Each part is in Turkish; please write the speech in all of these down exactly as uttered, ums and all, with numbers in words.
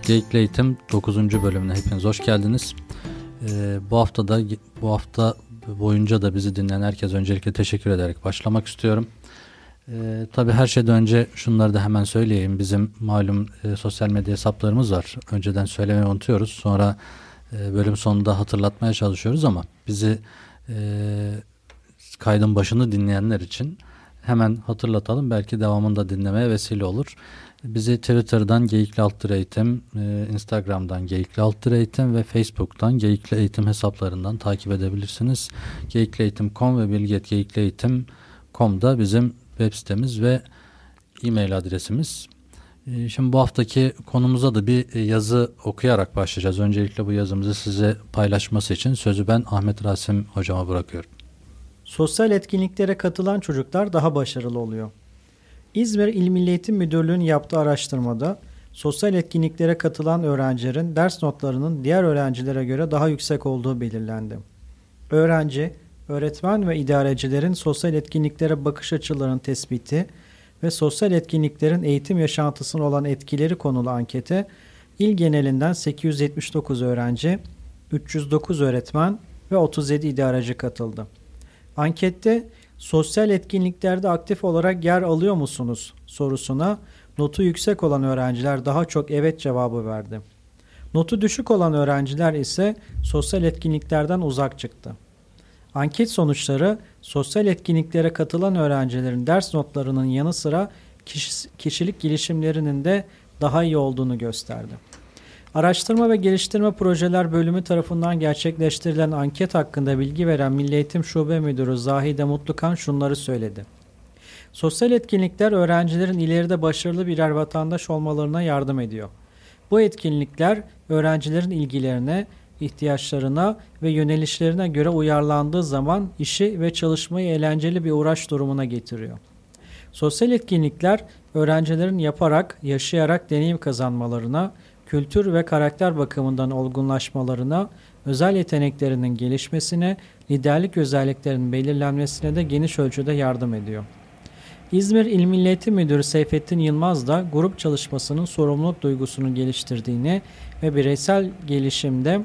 Geyikli Eğitim dokuzuncu bölümüne hepiniz hoş geldiniz. Ee, bu hafta da bu hafta boyunca da bizi dinleyen herkese öncelikle teşekkür ederek başlamak istiyorum. Ee, tabii her şeyden önce şunları da hemen söyleyeyim. Bizim malum e, sosyal medya hesaplarımız var. Önceden söylemeyi unutuyoruz. Sonra e, bölüm sonunda hatırlatmaya çalışıyoruz ama bizi e, kaydın başını dinleyenler için hemen hatırlatalım. Belki devamında dinlemeye vesile olur. Bizi Twitter'dan Geyikli Alttır Eğitim, Instagram'dan Geyikli Alttır Eğitim ve Facebook'tan Geyikli Eğitim hesaplarından takip edebilirsiniz. Geyikli Eğitim nokta com ve bilgi et geyikli eğitim nokta com'da bizim web sitemiz ve e-mail adresimiz. Şimdi bu haftaki konumuza da bir yazı okuyarak başlayacağız. Öncelikle bu yazımızı size paylaşması için sözü ben Ahmet Rasim hocama bırakıyorum. Sosyal etkinliklere katılan çocuklar daha başarılı oluyor. İzmir İl Milli Eğitim Müdürlüğü'nün yaptığı araştırmada sosyal etkinliklere katılan öğrencilerin ders notlarının diğer öğrencilere göre daha yüksek olduğu belirlendi. Öğrenci, öğretmen ve idarecilerin sosyal etkinliklere bakış açılarının tespiti ve sosyal etkinliklerin eğitim yaşantısına olan etkileri konulu ankete il genelinden sekiz yüz yetmiş dokuz öğrenci, üç yüz dokuz öğretmen ve otuz yedi idareci katıldı. Ankette sosyal etkinliklerde aktif olarak yer alıyor musunuz sorusuna notu yüksek olan öğrenciler daha çok evet cevabı verdi. Notu düşük olan öğrenciler ise sosyal etkinliklerden uzak çıktı. Anket sonuçları sosyal etkinliklere katılan öğrencilerin ders notlarının yanı sıra kişilik gelişimlerinin de daha iyi olduğunu gösterdi. Araştırma ve Geliştirme Projeler Bölümü tarafından gerçekleştirilen anket hakkında bilgi veren Milli Eğitim Şube Müdürü Zahide Mutlukan şunları söyledi. Sosyal etkinlikler öğrencilerin ileride başarılı birer vatandaş olmalarına yardım ediyor. Bu etkinlikler öğrencilerin ilgilerine, ihtiyaçlarına ve yönelişlerine göre uyarlandığı zaman işi ve çalışmayı eğlenceli bir uğraş durumuna getiriyor. Sosyal etkinlikler öğrencilerin yaparak, yaşayarak deneyim kazanmalarına, kültür ve karakter bakımından olgunlaşmalarına, özel yeteneklerinin gelişmesine, liderlik özelliklerinin belirlenmesine de geniş ölçüde yardım ediyor. İzmir İl Milli Eğitim Müdürü Seyfettin Yılmaz da grup çalışmasının sorumluluk duygusunu geliştirdiğini ve bireysel gelişimde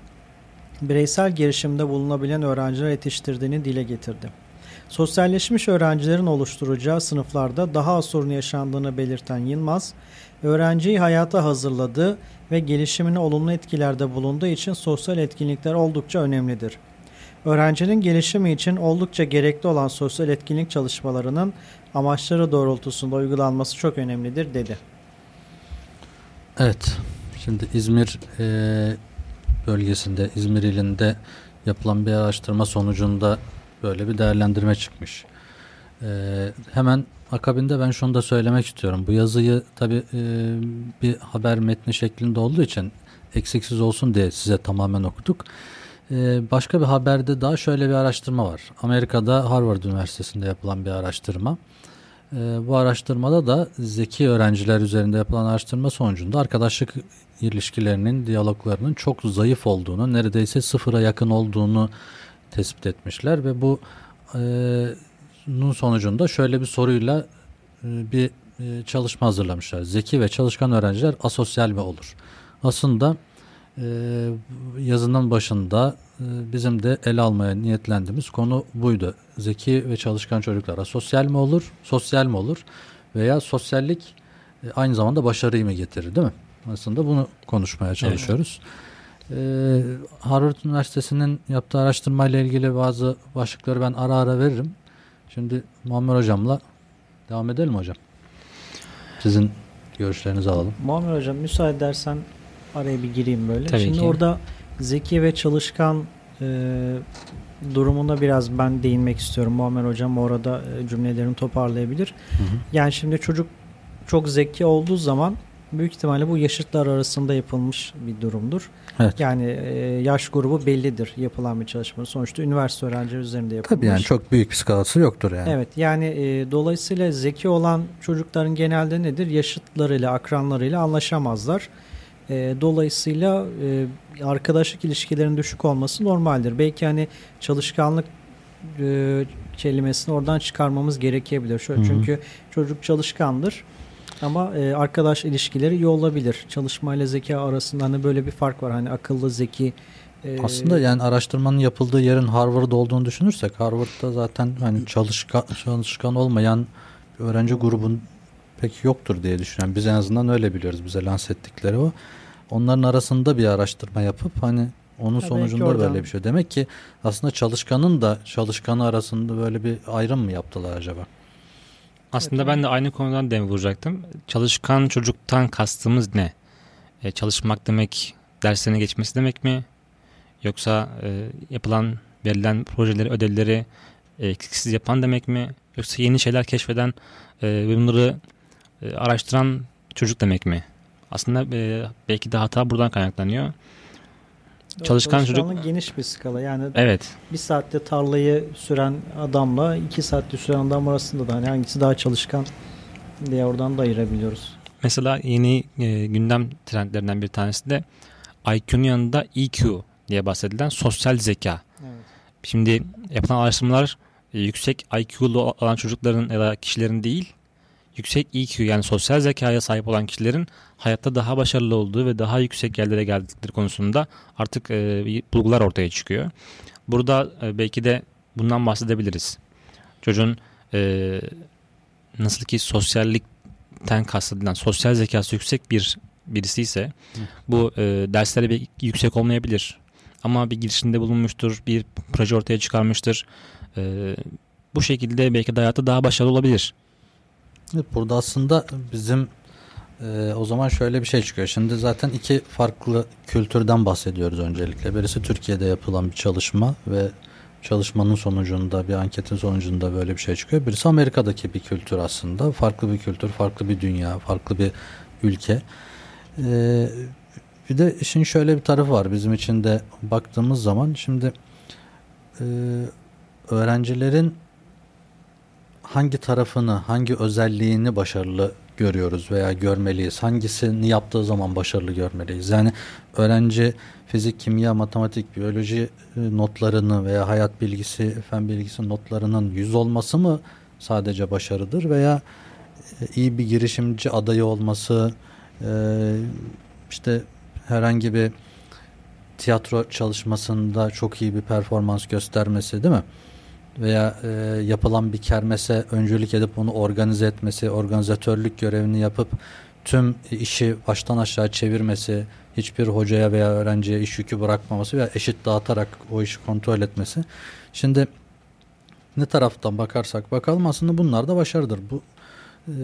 bireysel gelişimde bulunabilen öğrenciler yetiştirdiğini dile getirdi. Sosyalleşmiş öğrencilerin oluşturacağı sınıflarda daha az sorun yaşandığını belirten Yılmaz, öğrenciyi hayata hazırladığı ve gelişimine olumlu etkilerde bulunduğu için sosyal etkinlikler oldukça önemlidir. Öğrencinin gelişimi için oldukça gerekli olan sosyal etkinlik çalışmalarının amaçları doğrultusunda uygulanması çok önemlidir dedi. Evet, şimdi İzmir e, bölgesinde, İzmir ilinde yapılan bir araştırma sonucunda böyle bir değerlendirme çıkmış. Ee, hemen akabinde ben şunu da söylemek istiyorum. Bu yazıyı tabii e, bir haber metni şeklinde olduğu için eksiksiz olsun diye size tamamen okuduk. Ee, başka bir haberde daha şöyle bir araştırma var. Amerika'da Harvard Üniversitesi'nde yapılan bir araştırma. Ee, bu araştırmada da zeki öğrenciler üzerinde yapılan araştırma sonucunda arkadaşlık ilişkilerinin, diyaloglarının çok zayıf olduğunu, neredeyse sıfıra yakın olduğunu tespit etmişler ve bu e, bunun sonucunda şöyle bir soruyla e, bir e, çalışma hazırlamışlar. Zeki ve çalışkan öğrenciler asosyal mi olur? Aslında e, yazının başında e, bizim de ele almaya niyetlendiğimiz konu buydu. Zeki ve çalışkan çocuklar asosyal mi olur? Sosyal mi olur? Veya sosyallik e, aynı zamanda başarıyı mı getirir, değil mi? Aslında bunu konuşmaya çalışıyoruz. Evet. Ee, Harvard Üniversitesi'nin yaptığı araştırmayla ilgili bazı başlıkları ben ara ara veririm. Şimdi Muammer Hocam'la devam edelim hocam. Sizin görüşlerinizi alalım. Muammer Hocam müsaade edersen araya bir gireyim böyle. Tabii Şimdi ki. Orada zeki ve çalışkan e, durumuna biraz ben değinmek istiyorum. Muammer Hocam orada e, cümlelerini toparlayabilir. Hı hı. Yani şimdi çocuk çok zeki olduğu zaman büyük ihtimalle bu yaşıtlar arasında yapılmış bir durumdur. Evet. Yani e, yaş grubu bellidir yapılan bir çalışma. Sonuçta üniversite öğrencileri üzerinde yapılmış. Tabii yani çok büyük bir skalası yoktur yani. Evet yani e, dolayısıyla zeki olan çocukların genelde nedir? Yaşıtlarıyla, akranlarıyla anlaşamazlar. E, dolayısıyla e, arkadaşlık ilişkilerinin düşük olması normaldir. Belki hani çalışkanlık e, kelimesini oradan çıkarmamız gerekebilir. Şöyle, çünkü çocuk çalışkandır. Ama e, arkadaş ilişkileri iyi olabilir. Çalışmayla zeka arasında hani böyle bir fark var. Hani akıllı, zeki. E, Aslında yani araştırmanın yapıldığı yerin Harvard olduğunu düşünürsek, Harvard'da zaten hani çalışkan, çalışkan olmayan bir öğrenci grubun pek yoktur diye düşünüyorum. Biz en azından öyle biliyoruz. Bize lanse ettikleri o. Onların arasında bir araştırma yapıp hani onun Ya belki sonucunda oradan. böyle bir şey. Demek ki aslında çalışkanın da çalışkanı arasında böyle bir ayrım mı yaptılar acaba? Aslında Evet, ben de aynı konudan dem vuracaktım. Çalışkan çocuktan kastımız ne? E, çalışmak demek derslerine geçmesi demek mi? Yoksa e, yapılan, verilen projeleri, ödevleri e, eksiksiz yapan demek mi? Yoksa yeni şeyler keşfeden e, ve bunları e, araştıran çocuk demek mi? Aslında e, belki de hata buradan kaynaklanıyor. Çalışkan çocuk, Çalışkanlık geniş bir skala. Yani evet. bir saatte tarlayı süren adamla iki saatte süren adam arasında da hani hangisi daha çalışkan diye oradan da ayırabiliyoruz. Mesela yeni e, gündem trendlerinden bir tanesi de I Q'nun yanında E Q diye bahsedilen sosyal zeka. Evet. Şimdi yapılan araştırmalar e, yüksek I Q'lu olan çocukların ya da kişilerin değil, yüksek E Q yani sosyal zekaya sahip olan kişilerin hayatta daha başarılı olduğu ve daha yüksek yerlere geldikleri konusunda artık e, bulgular ortaya çıkıyor. Burada e, belki de bundan bahsedebiliriz. Çocuğun e, nasıl ki sosyallikten kastedilen sosyal zekası yüksek bir birisi ise bu e, derslere bir yüksek olmayabilir. Ama bir girişimde bulunmuştur, bir proje ortaya çıkarmıştır. E, bu şekilde belki de hayatta daha başarılı olabilir. Evet, burada aslında bizim e, o zaman şöyle bir şey çıkıyor. Şimdi zaten iki farklı kültürden bahsediyoruz öncelikle. Birisi Türkiye'de yapılan bir çalışma ve çalışmanın sonucunda, bir anketin sonucunda böyle bir şey çıkıyor. Birisi Amerika'daki bir kültür aslında. Farklı bir kültür, farklı bir dünya, farklı bir ülke. E, bir de işin şöyle bir tarafı var. Bizim için de baktığımız zaman şimdi e, öğrencilerin hangi tarafını, hangi özelliğini başarılı görüyoruz veya görmeliyiz? Hangisini yaptığı zaman başarılı görmeliyiz? Yani öğrenci fizik, kimya, matematik, biyoloji notlarını veya hayat bilgisi, fen bilgisi notlarının yüz olması mı sadece başarıdır veya iyi bir girişimci adayı olması, işte herhangi bir tiyatro çalışmasında çok iyi bir performans göstermesi, değil mi? Veya e, yapılan bir kermese öncülük edip onu organize etmesi, organizatörlük görevini yapıp tüm işi baştan aşağı çevirmesi, hiçbir hocaya veya öğrenciye iş yükü bırakmaması veya eşit dağıtarak o işi kontrol etmesi. Şimdi ne taraftan bakarsak bakalım aslında bunlar da başarıdır. Bu e,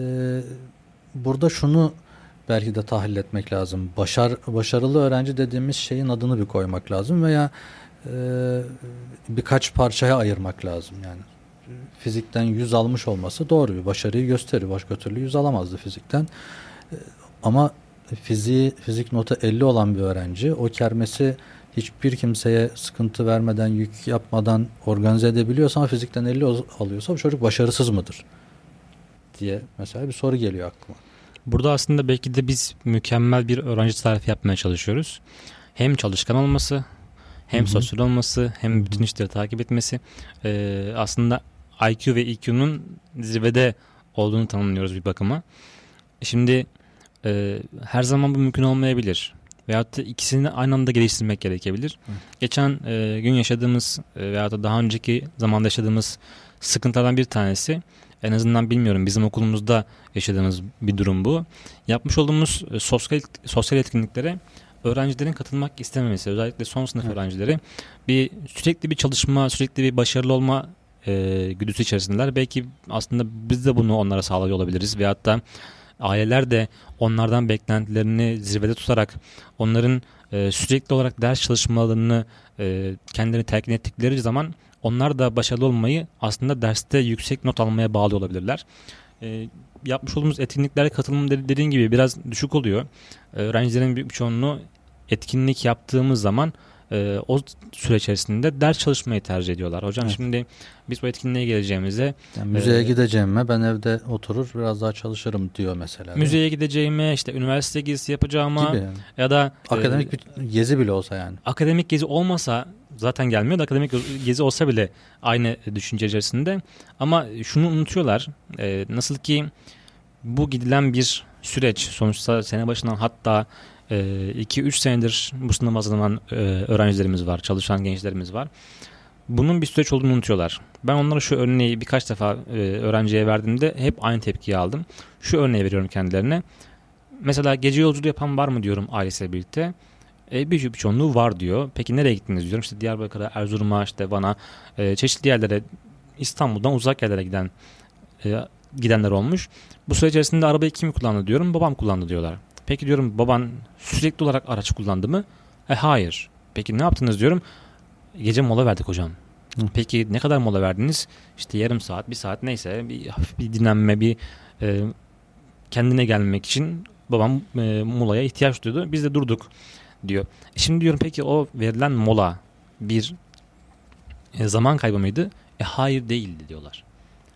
burada şunu belki de tahlil etmek lazım. Başar, başarılı öğrenci dediğimiz şeyin adını bir koymak lazım veya Ee, birkaç parçaya ayırmak lazım yani. Fizikten yüz almış olması doğru bir başarıyı gösteriyor. Başka türlü yüz alamazdı fizikten. Ee, ama fiziği, fizik notu elli olan bir öğrenci o kermesi hiçbir kimseye sıkıntı vermeden, yük yapmadan organize edebiliyorsa ama fizikten elli alıyorsa bu çocuk başarısız mıdır diye mesela bir soru geliyor aklıma. Burada aslında belki de biz mükemmel bir öğrenci tarifi yapmaya çalışıyoruz. Hem çalışkan olması, hem Hı-hı. sosyal olması, hem bütün işleri takip etmesi. Ee, aslında I Q ve E Q'nun zirvede olduğunu tanımlıyoruz bir bakıma. Şimdi e, her zaman bu mümkün olmayabilir. Veyahut da ikisini aynı anda geliştirmek gerekebilir. Hı. Geçen e, gün yaşadığımız e, veyahut da daha önceki zamanda yaşadığımız sıkıntılardan bir tanesi, en azından bilmiyorum bizim okulumuzda yaşadığımız bir durum bu. Yapmış olduğumuz e, sosyal, sosyal etkinliklere öğrencilerin katılmak istememesi, özellikle son sınıf evet. öğrencileri bir sürekli bir çalışma, sürekli bir başarılı olma e, güdüsü içerisindeler. Belki aslında biz de bunu onlara sağlıyor olabiliriz veyahut da aileler de onlardan beklentilerini zirvede tutarak onların e, sürekli olarak ders çalışmalarını e, kendilerini telkin ettikleri zaman onlar da başarılı olmayı aslında derste yüksek not almaya bağlı olabilirler. E, yapmış olduğumuz etkinliklere katılım dediğin gibi biraz düşük oluyor. Öğrencilerin büyük bir çoğunluğu etkinlik yaptığımız zaman e, o süre içerisinde ders çalışmayı tercih ediyorlar. Hocam evet. Şimdi biz o etkinliğe geleceğimizde yani müzeye e, gideceğime ben evde oturur biraz daha çalışırım diyor mesela. Müzeye gideceğime, işte üniversite gezisi yapacağıma gibi yani. Ya da akademik e, bir gezi bile olsa yani. Akademik gezi olmasa zaten gelmiyor da akademik gezi olsa bile aynı düşünce içerisinde. Ama şunu unutuyorlar. E, nasıl ki bu gidilen bir süreç. Sonuçta sene başından hatta iki üç senedir bu sınava hazırlanan e, öğrencilerimiz var, çalışan gençlerimiz var. Bunun bir süreç olduğunu unutuyorlar. Ben onlara şu örneği birkaç defa e, öğrenciye verdiğimde hep aynı tepkiyi aldım. Şu örneği veriyorum kendilerine. Mesela gece yolculuğu yapan var mı diyorum ailesiyle birlikte. E, bir, bir çoğunluğu var diyor. Peki nereye gittiniz diyorum. İşte Diyarbakır'a, Erzurum'a, işte Van'a, e, çeşitli yerlere, İstanbul'dan uzak yerlere giden e, gidenler olmuş. Bu süre içerisinde arabayı kim kullandı diyorum. Babam kullandı diyorlar. Peki diyorum, baban sürekli olarak araç kullandı mı? E hayır. Peki ne yaptınız diyorum. Gece mola verdik hocam. Hı. Peki ne kadar mola verdiniz? İşte yarım saat, bir saat, neyse bir hafif bir dinlenme, bir e, kendine gelmek için babam e, molaya ihtiyaç duydu. Biz de durduk diyor. E şimdi diyorum, peki o verilen mola bir e, zaman kaybı mıydı? E hayır değildi diyorlar.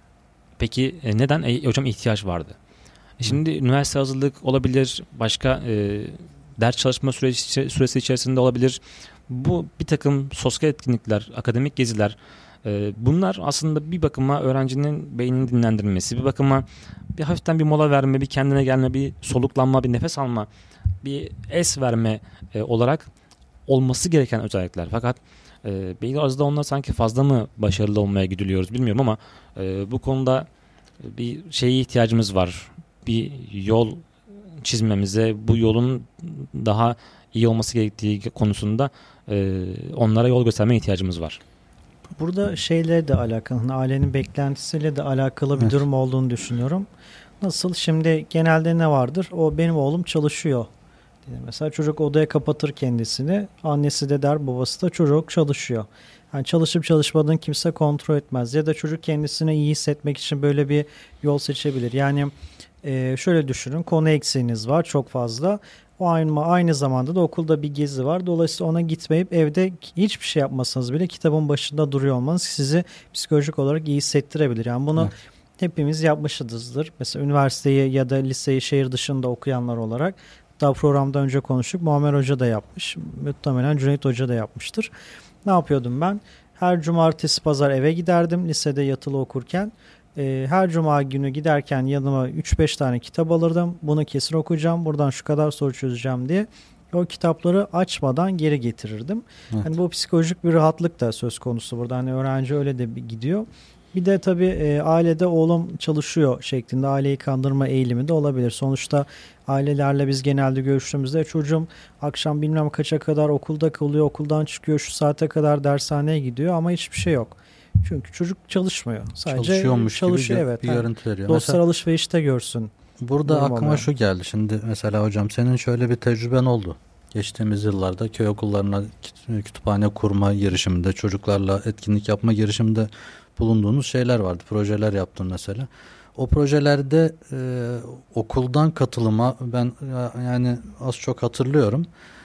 Peki e, neden? E, hocam ihtiyaç vardı. E şimdi üniversite hazırlık olabilir, başka e, ders çalışma süresi, süresi içerisinde olabilir. Bu bir takım sosyal etkinlikler, akademik geziler, e, bunlar aslında bir bakıma öğrencinin beynini dinlendirmesi, bir bakıma bir hafiften bir mola verme, bir kendine gelme, bir soluklanma, bir nefes alma, bir es verme e, olarak olması gereken özellikler. Fakat e, biraz da onlar sanki fazla mı başarılı olmaya gidiliyoruz bilmiyorum ama e, bu konuda bir şeye ihtiyacımız var. Bir yol çizmemize, bu yolun daha iyi olması gerektiği konusunda e, onlara yol göstermeye ihtiyacımız var. Burada şeyle de alakalı, hani ailenin beklentisiyle de alakalı bir Evet. durum olduğunu düşünüyorum. Nasıl? Şimdi genelde ne vardır? O benim oğlum çalışıyor. Mesela çocuk odaya kapatır kendisini. Annesi de der, babası da çocuk çalışıyor. Yani çalışıp çalışmadığını kimse kontrol etmez. Ya da çocuk kendisini iyi hissetmek için böyle bir yol seçebilir. Yani e, şöyle düşünün, konu eksiğiniz var çok fazla. O aynı, aynı zamanda da okulda bir gezi var. Dolayısıyla ona gitmeyip evde hiçbir şey yapmasanız bile kitabın başında duruyor olmanız sizi psikolojik olarak iyi hissettirebilir. Yani bunu Evet. hepimiz yapmışızdır. Mesela üniversiteyi ya da liseyi şehir dışında okuyanlar olarak. Daha programdan önce konuştuk. Muammer Hoca da yapmış. Muhtemelen Cüneyt Hoca da yapmıştır. Ne yapıyordum ben? Her cumartesi pazar eve giderdim lisede yatılı okurken. Ee, her cuma günü giderken yanıma üç beş tane kitap alırdım. Bunu kesin okuyacağım. Buradan şu kadar soru çözeceğim diye. O kitapları açmadan geri getirirdim. Evet. Hani bu psikolojik bir rahatlık da söz konusu burada. Hani öğrenci öyle de bir gidiyor. Bir de tabii e, ailede oğlum çalışıyor şeklinde aileyi kandırma eğilimi de olabilir. Sonuçta ailelerle biz genelde görüştüğümüzde çocuğum akşam bilmem kaça kadar okulda kalıyor, okuldan çıkıyor, şu saate kadar dershaneye gidiyor ama hiçbir şey yok. Çünkü çocuk çalışmıyor. Sadece Çalışıyormuş çalışıyor, gibi evet. bir Yani görüntü veriyor. dostlar Mesela alışverişte görsün. burada Durum aklıma oluyor. şu geldi. Şimdi mesela hocam, senin şöyle bir tecrüben oldu. Geçtiğimiz yıllarda köy okullarına küt- kütüphane kurma girişiminde, çocuklarla etkinlik yapma girişiminde bulunduğunuz şeyler vardı. Projeler yaptın mesela. O projelerde e, okuldan katılıma ben ya- yani az çok hatırlıyorum.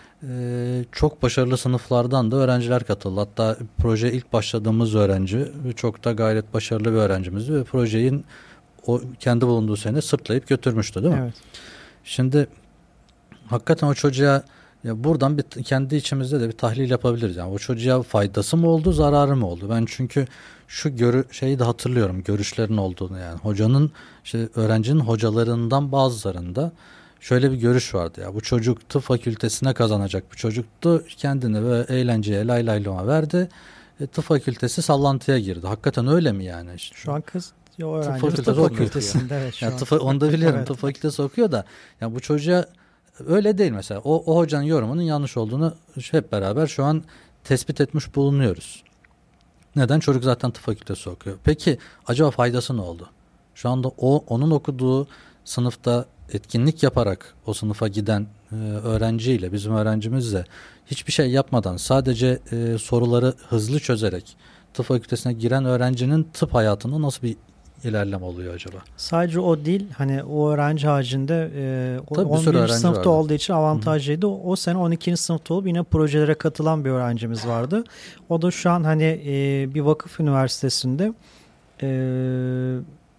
E, çok başarılı sınıflardan da öğrenciler katıldı. Hatta proje ilk başladığımız öğrenci çok da gayret başarılı bir öğrencimizdi ve projenin o kendi bulunduğu sene sırtlayıp götürmüştü, değil mi? Evet. Şimdi hakikaten o çocuğa, ya buradan bir kendi içimizde de bir tahlil yapabiliriz. Yani o çocuğa faydası mı oldu, zararı mı oldu? Ben çünkü şu görü şeyi de hatırlıyorum, görüşlerin olduğunu, yani hocanın, işte öğrencinin hocalarından bazılarında şöyle bir görüş vardı: ya bu çocuk tıp fakültesine kazanacak bir çocuktu, kendini böyle eğlenceye, lay layloma verdi. E, tıp fakültesi sallantıya girdi. Hakikaten öyle mi yani? İşte, Şu an kız o öğrenci fakültesi tıp okuyor. fakültesinde. Evet, şu ya an. tıp, onu da biliyorum. Evet. Tıp fakültesi okuyor da ya bu çocuğa öyle değil mesela. O, o hocanın yorumunun yanlış olduğunu hep beraber şu an tespit etmiş bulunuyoruz. Neden? Çocuk zaten tıp fakültesi okuyor. Peki acaba faydası ne oldu? Şu anda o onun okuduğu sınıfta etkinlik yaparak o sınıfa giden e, öğrenciyle bizim öğrencimizle hiçbir şey yapmadan sadece e, soruları hızlı çözerek tıp fakültesine giren öğrencinin tıp hayatında nasıl bir ilerleme oluyor acaba? Sadece o değil, hani o öğrenci haricinde e, o Tabii bir sürü on birinci öğrenci sınıfta vardı. olduğu için avantajlıydı. O, o sene on ikinci sınıfta olup yine projelere katılan bir öğrencimiz vardı. O da şu an hani e, bir vakıf üniversitesinde e,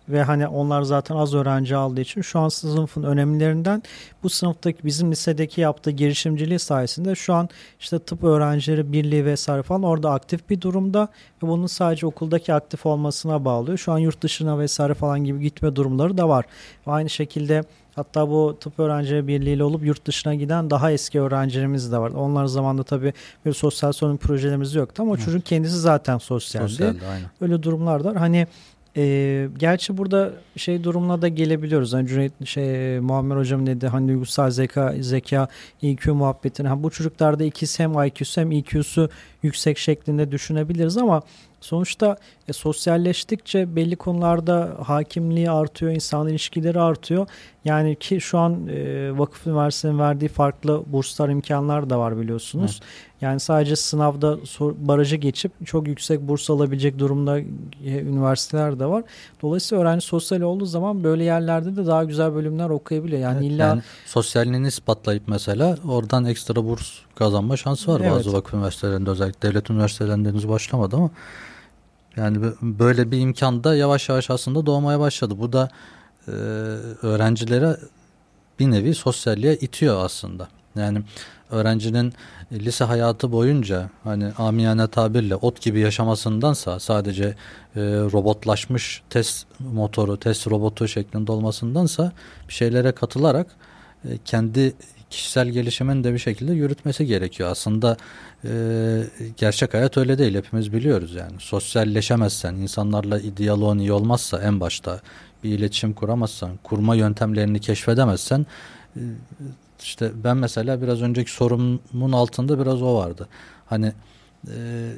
ve hani onlar zaten az öğrenci aldığı için şu an sınıfın önemlilerinden bu sınıftaki bizim lisedeki yaptığı girişimciliği sayesinde şu an işte tıp öğrencileri birliği vesaire falan orada aktif bir durumda ve bunun sadece okuldaki aktif olmasına bağlıyor. Şu an yurt dışına vesaire falan gibi gitme durumları da var. Ve aynı şekilde hatta bu tıp öğrencileri birliğiyle olup yurt dışına giden daha eski öğrencilerimiz de var. Onlar zamanında tabii böyle sosyal sorun projelerimiz yoktu ama o çocuğun kendisi zaten sosyaldi. Sosyaldi, aynen. Öyle durumlar var. Hani e, gerçi burada şey durumuna da gelebiliyoruz. Hani Cüneyt şey Muammer hocam dedi hani duygusal zeka, zeka, I Q muhabbetini. Hani bu çocuklarda ikisi hem I Q'su hem I Q'su yüksek şeklinde düşünebiliriz ama sonuçta e, sosyalleştikçe belli konularda hakimliği artıyor, insan ilişkileri artıyor. Yani ki şu an e, vakıf üniversitenin verdiği farklı burslar, imkanlar da var biliyorsunuz. Evet. Yani sadece sınavda sor, barajı geçip çok yüksek burs alabilecek durumda e, üniversiteler de var. Dolayısıyla öğrenci sosyal olduğu zaman böyle yerlerde de daha güzel bölümler okuyabiliyor. Yani evet, illa yani sosyalliğini ispatlayıp mesela oradan ekstra burs kazanma şansı var evet. Bazı vakıf üniversitelerinde, özellikle devlet üniversitelerinde henüz başlamadı ama yani böyle bir imkan da yavaş yavaş aslında doğmaya başladı. Bu da e, öğrencilere bir nevi sosyalliğe itiyor aslında. Yani öğrencinin lise hayatı boyunca hani amiyane tabirle ot gibi yaşamasındansa sadece e, robotlaşmış test motoru, test robotu şeklinde olmasındansa bir şeylere katılarak e, kendi kişisel gelişimini de bir şekilde yürütmesi gerekiyor. Aslında e, gerçek hayat öyle değil. Hepimiz biliyoruz yani. Sosyalleşemezsen, insanlarla diyaloğun iyi olmazsa en başta bir iletişim kuramazsan, kurma yöntemlerini keşfedemezsen e, işte ben mesela biraz önceki sorumun altında biraz o vardı. Hani e,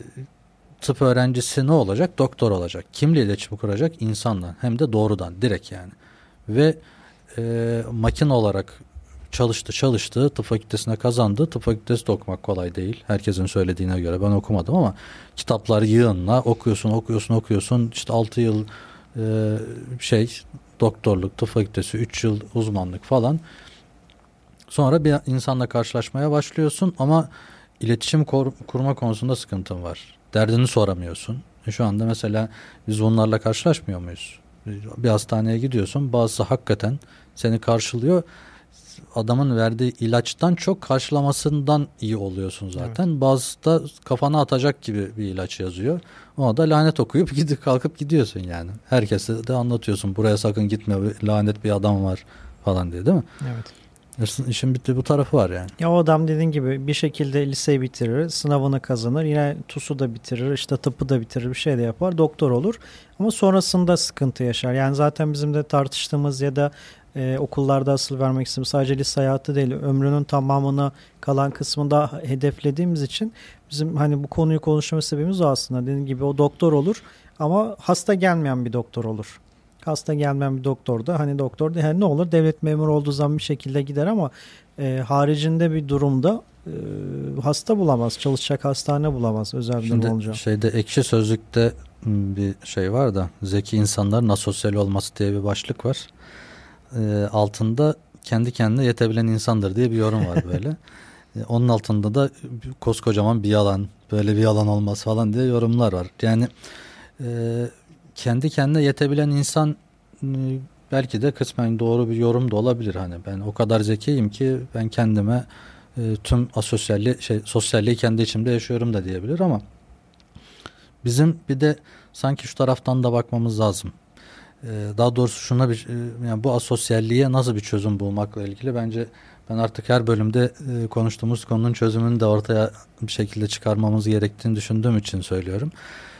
tıp öğrencisi ne olacak? Doktor olacak. Kimle iletişim kuracak? İnsanla. Hem de doğrudan, direkt yani. Ve e, makine olarak çalıştı çalıştı tıp fakültesine kazandı. Tıp fakültesi de okumak kolay değil. Herkesin söylediğine göre ben okumadım ama kitaplar yığınla okuyorsun okuyorsun okuyorsun işte altı yıl e, şey doktorluk, tıp fakültesi üç yıl uzmanlık falan. Sonra bir insanla karşılaşmaya başlıyorsun ama iletişim kur, kurma konusunda sıkıntın var. Derdini soramıyorsun. E şu anda mesela biz onlarla karşılaşmıyor muyuz? Bir hastaneye gidiyorsun, bazısı hakikaten seni karşılıyor. Adamın verdiği ilaçtan çok karşılamasından iyi oluyorsun zaten. Evet. Bazısı da kafana atacak gibi bir ilaç yazıyor. Ona da lanet okuyup gidip kalkıp gidiyorsun yani. Herkese de anlatıyorsun. Buraya sakın gitme, lanet bir adam var falan diye, değil mi? Evet. İşin bitti bu tarafı var yani. Ya o adam dediğin gibi bir şekilde liseyi bitirir, sınavını kazanır, yine TUS'u da bitirir, işte tıpı da bitirir, bir şey de yapar, doktor olur. Ama sonrasında sıkıntı yaşar. Yani zaten bizim de tartıştığımız ya da e, okullarda asıl vermek istediğimiz sadece lise hayatı değil, ömrünün tamamını kalan kısmında hedeflediğimiz için bizim hani bu konuyu konuşma sebebimiz o aslında. Dediğim gibi o doktor olur ama hasta gelmeyen bir doktor olur. Hasta gelmeyen bir doktor da hani doktor da yani ne olur devlet memuru olduğu zaman bir şekilde gider ama e, haricinde bir durumda e, hasta bulamaz, çalışacak hastane bulamaz özel bir durum olacak. Şeyde Ekşi Sözlük'te bir şey var da zeki insanların asosyal olması diye bir başlık var. E, altında kendi kendine yetebilen insandır diye bir yorum var böyle. e, onun altında da koskocaman bir yalan, böyle bir yalan olmaz falan diye yorumlar var. Yani e, kendi kendine yetebilen insan belki de kısmen doğru bir yorum da olabilir. Hani ben o kadar zekiyim ki ben kendime e, tüm asosyalliği, şey, sosyalliği kendi içimde yaşıyorum da diyebilir ama bizim bir de sanki şu taraftan da bakmamız lazım. E, daha doğrusu şuna bir e, yani bu asosyalliğe nasıl bir çözüm bulmakla ilgili bence ben artık her bölümde e, konuştuğumuz konunun çözümünü de ortaya bir şekilde çıkarmamız gerektiğini düşündüğüm için söylüyorum.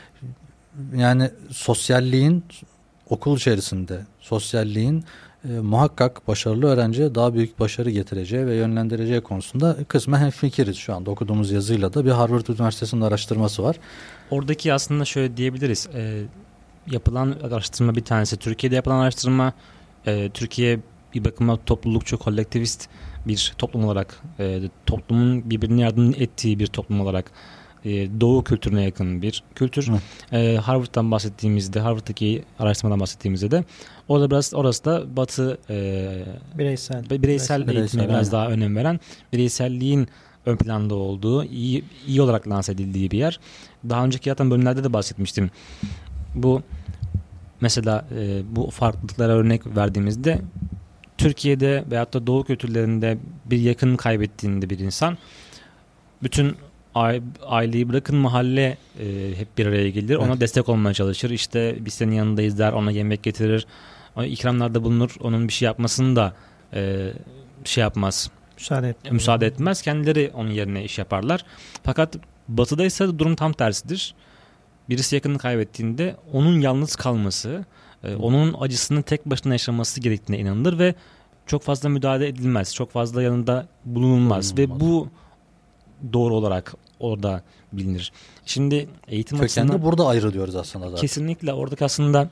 Yani sosyalliğin okul içerisinde sosyalliğin e, muhakkak başarılı öğrenciye daha büyük başarı getireceği ve yönlendireceği konusunda kısmen hemfikiriz şu anda. Okuduğumuz yazıyla da bir Harvard Üniversitesi'nin araştırması var. Oradaki aslında şöyle diyebiliriz. E, yapılan araştırma bir tanesi. Türkiye'de yapılan araştırma e, Türkiye bir bakıma toplulukçu, kolektivist bir toplum olarak e, toplumun birbirine yardım ettiği bir toplum olarak Doğu kültürüne yakın bir kültür. Ee, Harvard'dan bahsettiğimizde, Harvard'daki araştırmadan bahsettiğimizde de orada biraz orası da Batı e, bireysel, bireysel, bireysel eğitime bireysel, biraz yani. Daha önem veren, bireyselliğin ön planda olduğu, iyi, iyi olarak lanse edildiği bir yer. Daha önceki zaten bölümlerde de bahsetmiştim. Bu mesela e, bu farklılıklara örnek verdiğimizde Türkiye'de veyahut da Doğu kültürlerinde bir yakın kaybettiğinde bir insan bütün aileyi bırakın mahalle e, hep bir araya gelir. Evet. Ona destek olmaya çalışır. İşte biz senin yanındayız der. Ona yemek getirir. Ona ikramlarda bulunur. Onun bir şey yapmasını da e, şey yapmaz. Müsaade etmez. Müsaade etmez. Kendileri onun yerine iş yaparlar. Fakat Batı'da ise durum tam tersidir. Birisi yakınını kaybettiğinde onun yalnız kalması, e, onun acısını tek başına yaşaması gerektiğine inanılır ve çok fazla müdahale edilmez. Çok fazla yanında bulunulmaz. Bulunmaz. Ve bu doğru olarak orada bilinir. Şimdi eğitim açısından açısından burada ayrılıyoruz aslında zaten. Kesinlikle oradaki aslında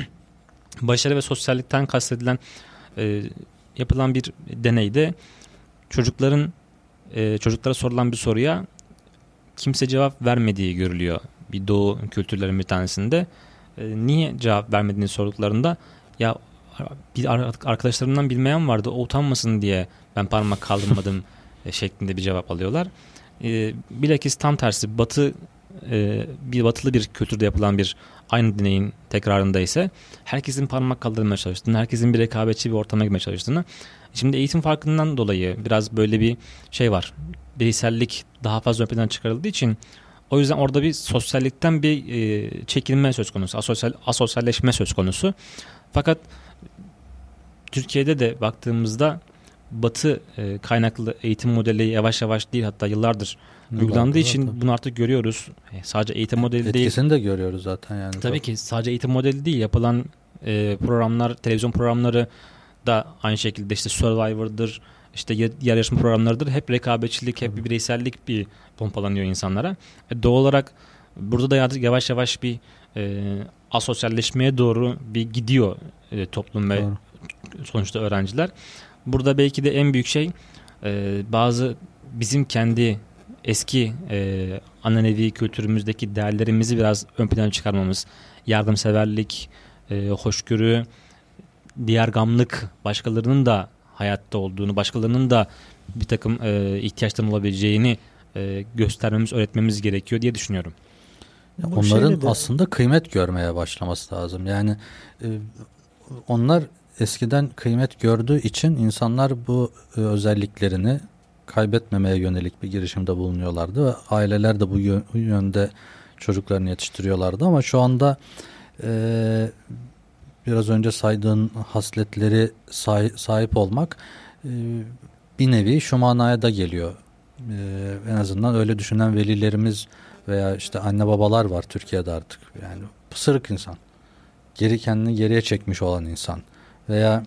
başarı ve sosyallikten kastedilen e, yapılan bir deneyde çocukların e, çocuklara sorulan bir soruya kimse cevap vermediği görülüyor. Bir Doğu kültürlerin bir tanesinde. E, niye cevap vermediğini sorduklarında ya bir arkadaşlarımdan bilmeyen vardı, o utanmasın diye ben parmak kaldırmadım şeklinde bir cevap alıyorlar. E, bilakis tam tersi Batı e, bir batılı bir kültürde yapılan bir aynı deneyin tekrarında ise herkesin parmak kaldırmaya çalıştığını, herkesin bir rekabetçi bir ortama girmeye çalıştığını. Şimdi eğitim farkından dolayı biraz böyle bir şey var. Bireysellik daha fazla ön plana çıkarıldığı için o yüzden orada bir sosyallikten bir e, çekilme söz konusu, asosyal, asosyalleşme söz konusu. Fakat Türkiye'de de baktığımızda Batı e, kaynaklı eğitim modeli yavaş yavaş değil hatta yıllardır uygulandığı için zaten bunu artık görüyoruz. E, sadece eğitim modeli Etkisini değil. Etkisini de görüyoruz zaten yani. Tabii ki sadece eğitim modeli değil, yapılan e, programlar, televizyon programları da aynı şekilde işte Survivor'dır, işte yarışma programlarıdır. Hep rekabetçilik, hep bir bireysellik bir pompalanıyor insanlara. E, doğal olarak burada da artık yavaş yavaş bir e, asosyalleşmeye doğru bir gidiyor e, toplum ve doğru. Sonuçta öğrenciler. Burada belki de en büyük şey e, bazı bizim kendi eski e, ananevi kültürümüzdeki değerlerimizi biraz ön plana çıkarmamız. Yardımseverlik, e, hoşgörü, diyargamlık, başkalarının da hayatta olduğunu, başkalarının da bir takım e, ihtiyaçların olabileceğini e, göstermemiz, öğretmemiz gerekiyor diye düşünüyorum. Ya onların de... aslında kıymet görmeye başlaması lazım. Yani e, onlar eskiden kıymet gördüğü için insanlar bu e, özelliklerini kaybetmemeye yönelik bir girişimde bulunuyorlardı ve aileler de bu yönde çocuklarını yetiştiriyorlardı ama şu anda e, biraz önce saydığın hasletleri sahip, sahip olmak e, bir nevi şu manaya da geliyor. E, en azından öyle düşünen velilerimiz veya işte anne babalar var Türkiye'de artık. Yani pısırık insan. Geri kendini geriye çekmiş olan insan. Veya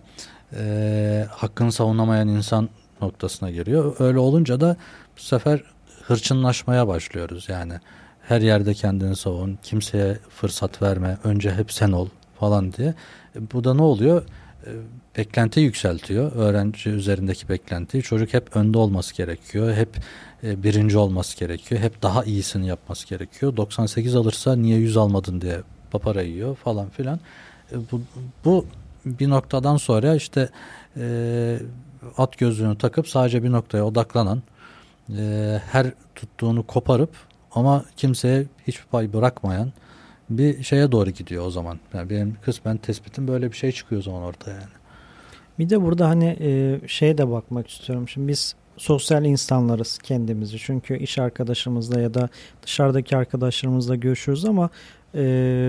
e, hakkını savunamayan insan noktasına giriyor. Öyle olunca da bu sefer hırçınlaşmaya başlıyoruz. Yani her yerde kendini savun, kimseye fırsat verme, önce hep sen ol falan diye. E, bu da ne oluyor? E, beklenti yükseltiyor. Öğrenci üzerindeki beklenti. Çocuk hep önde olması gerekiyor. Hep e, birinci olması gerekiyor. Hep daha iyisini yapması gerekiyor. doksan sekiz alırsa niye yüz almadın diye papara yiyor falan filan. E, bu, bu bir noktadan sonra işte e, at gözlüğünü takıp sadece bir noktaya odaklanan, e, her tuttuğunu koparıp ama kimseye hiçbir pay bırakmayan bir şeye doğru gidiyor o zaman. Yani benim kısmen tespitim böyle bir şey çıkıyor o zaman ortaya yani. Bir de burada hani e, şeye de bakmak istiyorum. Şimdi biz sosyal insanlarız kendimizi. Çünkü iş arkadaşımızla ya da dışarıdaki arkadaşlarımızla görüşürüz ama e,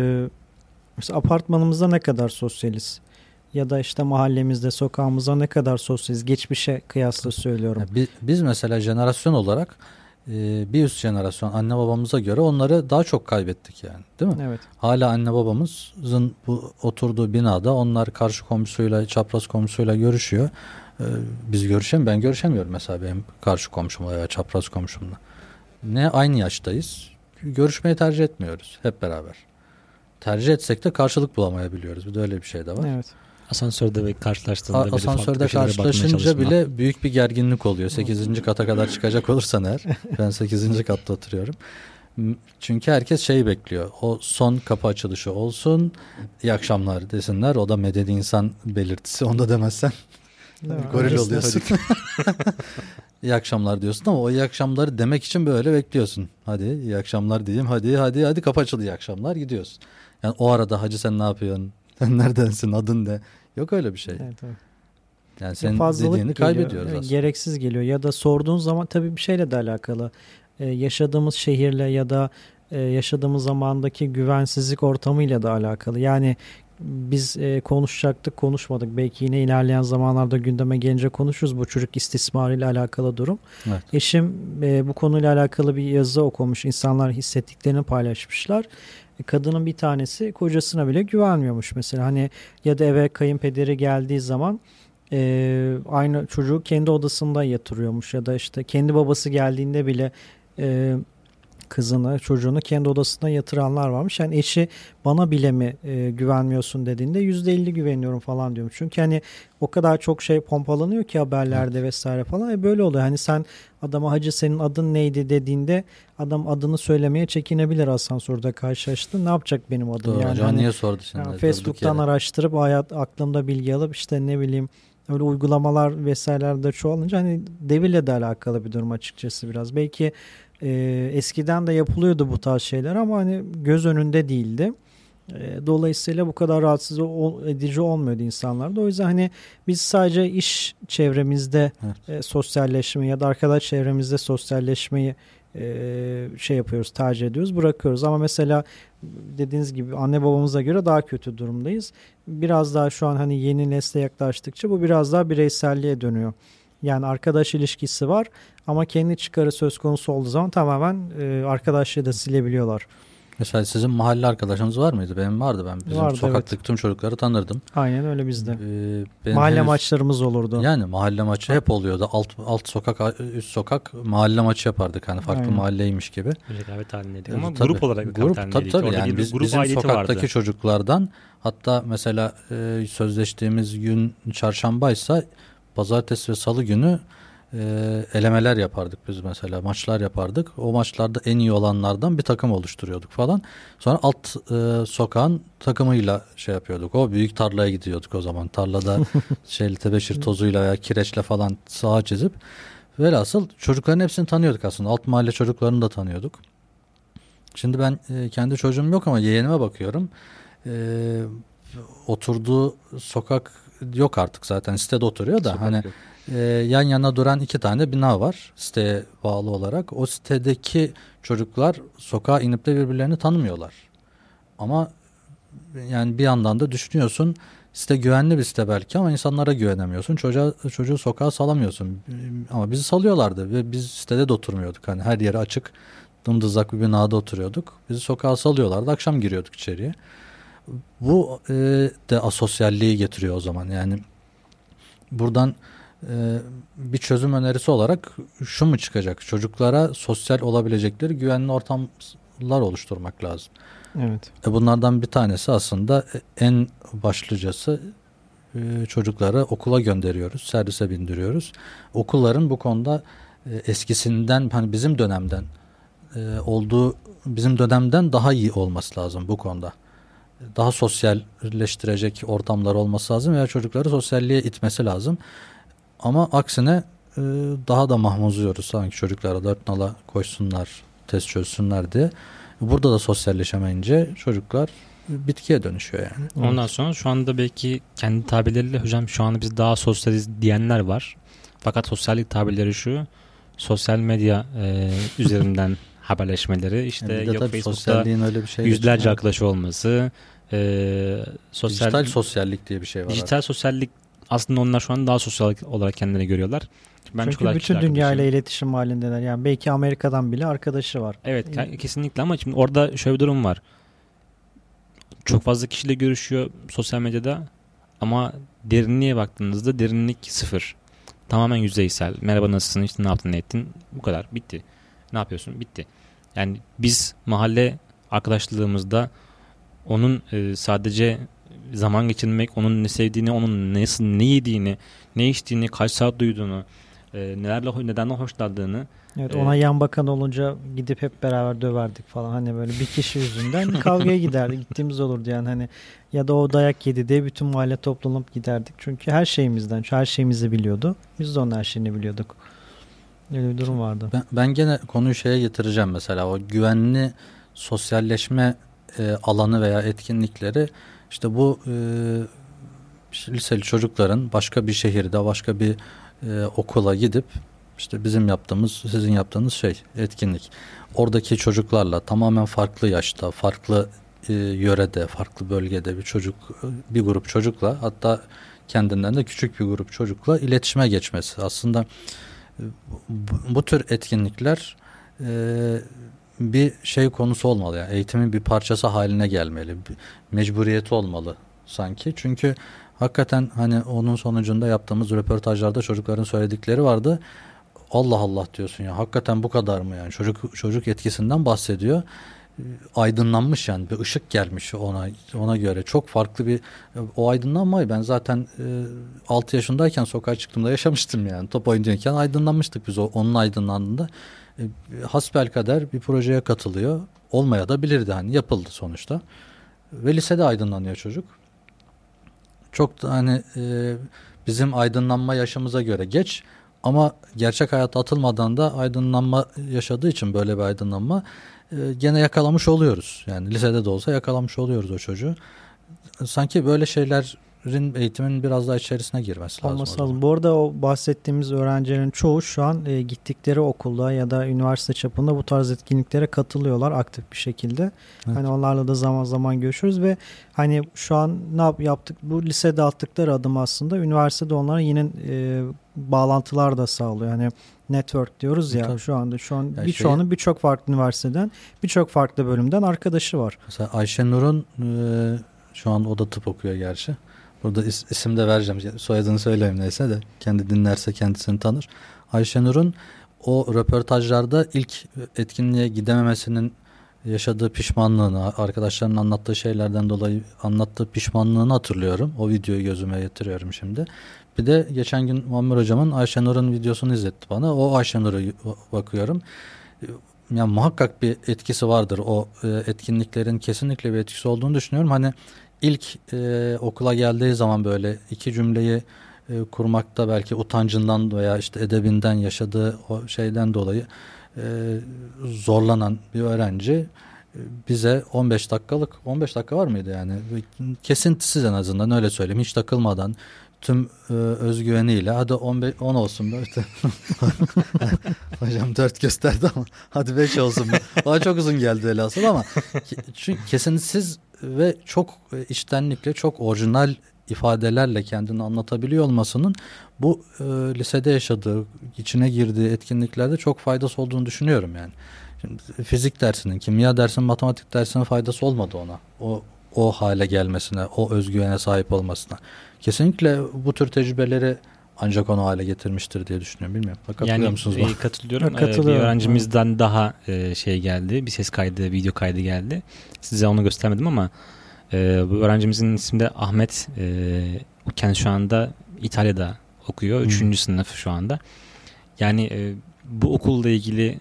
mesela apartmanımızda ne kadar sosyaliz? Ya da işte mahallemizde, sokağımızda ne kadar sosyaliz? Geçmişe kıyasla söylüyorum. Biz, biz mesela jenerasyon olarak e, bir üst jenerasyon anne babamıza göre onları daha çok kaybettik yani, değil mi? Evet. Hala anne babamızın bu oturduğu binada onlar karşı komşusuyla, çapraz komşusuyla görüşüyor. E, biz görüşemiyoruz. Ben görüşemiyorum mesela benim karşı komşumla veya çapraz komşumla. Ne aynı yaştayız. Görüşmeyi tercih etmiyoruz hep beraber. Tercih etsek de karşılık bulamayabiliyoruz. Bir de öyle bir şey de var. Evet. Asansörde ve karşılaştığında A- asansörde karşılaşınca bile büyük bir gerginlik oluyor. sekizinci kata kadar çıkacak olursan eğer. Ben sekizinci katta oturuyorum. Çünkü herkes şeyi bekliyor. O son kapı açılışı olsun. İyi akşamlar desinler. O da medeni insan belirtisi. Onu da demezsen goril oluyorsun. İyi akşamlar diyorsun ama o iyi akşamları demek için böyle bekliyorsun. Hadi iyi akşamlar diyeyim. Hadi hadi hadi kapı açıldı, iyi akşamlar, gidiyorsun. Yani o arada hacı sen ne yapıyorsun? Sen neredensin? Adın ne? Yok öyle bir şey. Evet, evet. Yani senin Fazlalık dediğini geliyor. kaybediyoruz Evet, aslında. gereksiz geliyor ya da sorduğun zaman tabii bir şeyle de alakalı. Ee, yaşadığımız şehirle ya da e, yaşadığımız zamandaki güvensizlik ortamıyla da alakalı. Yani biz e, konuşacaktık, konuşmadık. Belki yine ilerleyen zamanlarda gündeme gelince konuşuruz bu çocuk istismarıyla alakalı durum. Evet. Eşim e, bu konuyla alakalı bir yazı okumuş. İnsanlar hissettiklerini paylaşmışlar. E, kadının bir tanesi kocasına bile güvenmiyormuş mesela. Hani ya da eve kayınpederi geldiği zaman e, aynı çocuğu kendi odasında yatırıyormuş ya da işte kendi babası geldiğinde bile e, kızını, çocuğunu kendi odasına yatıranlar varmış. Yani eşi bana bile mi e, güvenmiyorsun dediğinde yüzde elli güveniyorum falan diyormuş. Çünkü hani o kadar çok şey pompalanıyor ki haberlerde evet. vesaire falan. E böyle oluyor. Hani sen adama hacı senin adın neydi dediğinde adam adını söylemeye çekinebilir asansörde karşılaştı. Ne yapacak benim adım? Doğru. Yani Hocam hani, niye sordu şimdi? yani Facebook'tan araştırıp hayat aklımda bilgi alıp işte ne bileyim öyle uygulamalar vesairelerde çoğalınca hani devirle de alakalı bir durum açıkçası biraz. Belki e, eskiden de yapılıyordu bu tarz şeyler ama hani göz önünde değildi. E, dolayısıyla bu kadar rahatsız edici olmuyordu insanlarda. O yüzden hani biz sadece iş çevremizde evet. e, sosyalleşmeyi ya da arkadaş çevremizde sosyalleşmeyi e, şey yapıyoruz, tercih ediyoruz, bırakıyoruz. Ama mesela dediğiniz gibi anne babamıza göre daha kötü durumdayız. Biraz daha şu an hani yeni nesle yaklaştıkça bu biraz daha bireyselliğe dönüyor. Yani arkadaş ilişkisi var ama kendi çıkarı söz konusu olduğu zaman tamamen e, arkadaşlığı da silebiliyorlar. Mesela sizin mahalle arkadaşınız var mıydı? Benim vardı. Ben bizim Vardı, sokaktaki evet. tüm çocukları tanırdım. Aynen öyle bizde. Ee, mahalle henüz, maçlarımız olurdu. Yani mahalle maçı hep oluyordu. Alt alt sokak, üst sokak mahalle maçı yapardık. Hani farklı Aynen. mahalleymiş gibi. Rekabet halindeydik ama tabii, grup olarak grup, rekabet tabii, tabii. Yani bir biz, grup bizim sokaktaki vardı. çocuklardan hatta mesela e, sözleştiğimiz gün çarşambaysa pazartesi ve salı günü e, elemeler yapardık biz mesela. Maçlar yapardık. O maçlarda en iyi olanlardan bir takım oluşturuyorduk falan. Sonra alt e, sokağın takımıyla şey yapıyorduk. O büyük tarlaya gidiyorduk o zaman. Tarlada şeyli tebeşir tozuyla ya kireçle falan saha çizip velhasıl çocukların hepsini tanıyorduk aslında. Alt mahalle çocuklarını da tanıyorduk. Şimdi ben e, kendi çocuğum yok ama yeğenime bakıyorum. E, oturduğu sokak yok artık zaten. Sitede oturuyor da Sokak hani yok. e, yan yana duran iki tane bina var siteye bağlı olarak. O sitedeki çocuklar sokağa inip de birbirlerini tanımıyorlar. Ama yani bir yandan da düşünüyorsun site güvenli bir site belki ama insanlara güvenemiyorsun. Çocuğa, çocuğu sokağa salamıyorsun. Ama bizi salıyorlardı ve biz sitede de oturmuyorduk. Hani her yeri açık, dımdızlak bir binada oturuyorduk. Bizi sokağa salıyorlardı. Akşam giriyorduk içeriye. Bu e, de asosyalliği getiriyor o zaman. Yani buradan e, bir çözüm önerisi olarak şu mu çıkacak? Çocuklara sosyal olabilecekleri güvenli ortamlar oluşturmak lazım. Evet. E bunlardan bir tanesi aslında en başlıcası e, çocukları okula gönderiyoruz, servise bindiriyoruz. Okulların bu konuda e, eskisinden hani bizim dönemden e, olduğu bizim dönemden daha iyi olması lazım bu konuda. Daha sosyalleştirecek ortamlar olması lazım veya çocukları sosyalliğe itmesi lazım. Ama aksine e, daha da mahmuzluyoruz sanki çocuklara dört nala koşsunlar, test çözsünler diye. Burada da sosyalleşemeyince çocuklar bitkiye dönüşüyor yani. Ondan sonra şu anda belki kendi tabirleriyle hocam şu anda biz daha sosyaliz diyenler var. Fakat sosyallik tabirleri şu. Sosyal medya e, üzerinden haberleşmeleri işte yani yok Facebook'ta öyle bir şey yüzlerce geçiyor. arkadaşı olması e, sosyal, dijital sosyallik diye bir şey var. Dijital artık. Sosyallik aslında onlar şu an daha sosyal olarak kendilerini görüyorlar. Ben Çünkü bütün dünya ile iletişim halindeler. Yani belki Amerika'dan bile arkadaşı var. Evet ee, kesinlikle ama şimdi orada şöyle bir durum var. Çok fazla kişiyle görüşüyor sosyal medyada ama derinliğe baktığınızda derinlik sıfır. Tamamen yüzeysel. Merhaba nasılsın, işte ne yaptın, ne ettin, bu kadar, bitti. Ne yapıyorsun, bitti. Yani biz mahalle arkadaşlığımızda onun e, sadece zaman geçirmek, onun ne sevdiğini, onun ne, ne yediğini, ne içtiğini, kaç saat duyduğunu, e, nelerle neden hoşlandığını. Evet, ona e, yan bakan olunca gidip hep beraber döverdik falan. Hani böyle bir kişi yüzünden kavgaya giderdik. Gittiğimiz olurdu yani hani ya da o dayak yedi diye bütün mahalle toplanıp giderdik. Çünkü her şeyimizden, her şeyimizi biliyordu. Biz de onun her şeyini biliyorduk. Öyle bir durum vardı. Ben, ben gene konuyu şeye getireceğim mesela o güvenli sosyalleşme e, alanı veya etkinlikleri işte bu e, işte liseli çocukların başka bir şehirde, başka bir e, okula gidip işte bizim yaptığımız, sizin yaptığınız şey, etkinlik. Oradaki çocuklarla tamamen farklı yaşta, farklı e, yörede, farklı bölgede bir çocuk, bir grup çocukla, hatta kendinden de küçük bir grup çocukla iletişime geçmesi. Aslında e, bu, bu tür etkinlikler e, bir şey konusu olmalı. Yani eğitimin bir parçası haline gelmeli. Bir mecburiyeti olmalı sanki. Çünkü hakikaten hani onun sonucunda yaptığımız röportajlarda çocukların söyledikleri vardı. Allah Allah diyorsun ya, hakikaten bu kadar mı yani? Çocuk çocuk etkisinden bahsediyor. Aydınlanmış, yani bir ışık gelmiş ona ona göre. Çok farklı bir o aydınlanmayı ben zaten e, altı yaşındayken sokağa çıktığımda yaşamıştım yani. Top oynarken aydınlanmıştık biz o, onun aydınlandığında. E, hasbelkader bir projeye katılıyor. Olmaya da bilirdi, hani yapıldı sonuçta. Ve lisede aydınlanıyor çocuk. Çok da hani e, bizim aydınlanma yaşımıza göre geç, ama gerçek hayata atılmadan da aydınlanma yaşadığı için böyle bir aydınlanma e, gene yakalamış oluyoruz. Yani lisede de olsa yakalamış oluyoruz o çocuğu. Sanki böyle şeylerin eğitimin biraz daha içerisine girmesi lazım. Olması lazım. Bu arada o bahsettiğimiz öğrencilerin çoğu şu an e, gittikleri okulda ya da üniversite çapında bu tarz etkinliklere katılıyorlar aktif bir şekilde. Evet. Hani onlarla da zaman zaman görüşürüz ve hani şu an ne yap, yaptık? Bu lisede attıkları adım aslında üniversitede onlara yine e, bağlantılar da sağlıyor. Hani network diyoruz ya, tabii. Şu anda şu an yani birçoğunun şey, birçok farklı üniversiteden, birçok farklı bölümden arkadaşı var. Mesela Ayşenur'un e, şu an o da tıp okuyor gerçi. Burada is, isim de vereceğim. Soyadını söyleyeyim neyse de kendi dinlerse kendisini tanır. Ayşenur'un o röportajlarda ilk etkinliğe gidememesinin yaşadığı pişmanlığını, arkadaşlarının anlattığı şeylerden dolayı anlattığı pişmanlığını hatırlıyorum. O videoyu gözüme getiriyorum şimdi. Bir de geçen gün Muammer hocamın Ayşenur'un videosunu izletti bana. O Ayşenur'a bakıyorum. Yani muhakkak bir etkisi vardır. O e, etkinliklerin kesinlikle bir etkisi olduğunu düşünüyorum. Hani ilk e, okula geldiği zaman böyle iki cümleyi e, kurmakta belki utancından veya işte edebinden, yaşadığı o şeyden dolayı e, zorlanan bir öğrenci e, bize on beş dakikalık, on beş dakika var mıydı yani? Kesintisiz, en azından öyle söyleyeyim. Hiç takılmadan, tüm e, özgüveniyle hadi on beş on olsun böyle. Hocam dört gösterdi ama hadi beş olsun. Bana çok uzun geldi velhasıl, ama çünkü kesintisiz ve çok içtenlikle, çok orijinal ifadelerle kendini anlatabiliyor olmasının bu e, lisede yaşadığı, içine girdiği etkinliklerde çok faydası olduğunu düşünüyorum yani. Şimdi, fizik dersinin, kimya dersinin, matematik dersinin faydası olmadı ona. O o hale gelmesine, o özgüvene sahip olmasına. Kesinlikle bu tür tecrübeleri ancak onu hale getirmiştir diye düşünüyorum. Bilmiyorum. Katılıyor yani, musunuz? E, katılıyorum. Katılıyorum. Bir öğrencimizden daha e, şey geldi. Bir ses kaydı, video kaydı geldi. Size onu göstermedim ama e, bu öğrencimizin ismi de Ahmet. E, kendisi şu anda İtalya'da okuyor. Üçüncü hmm. sınıf şu anda. Yani e, bu okulla ilgili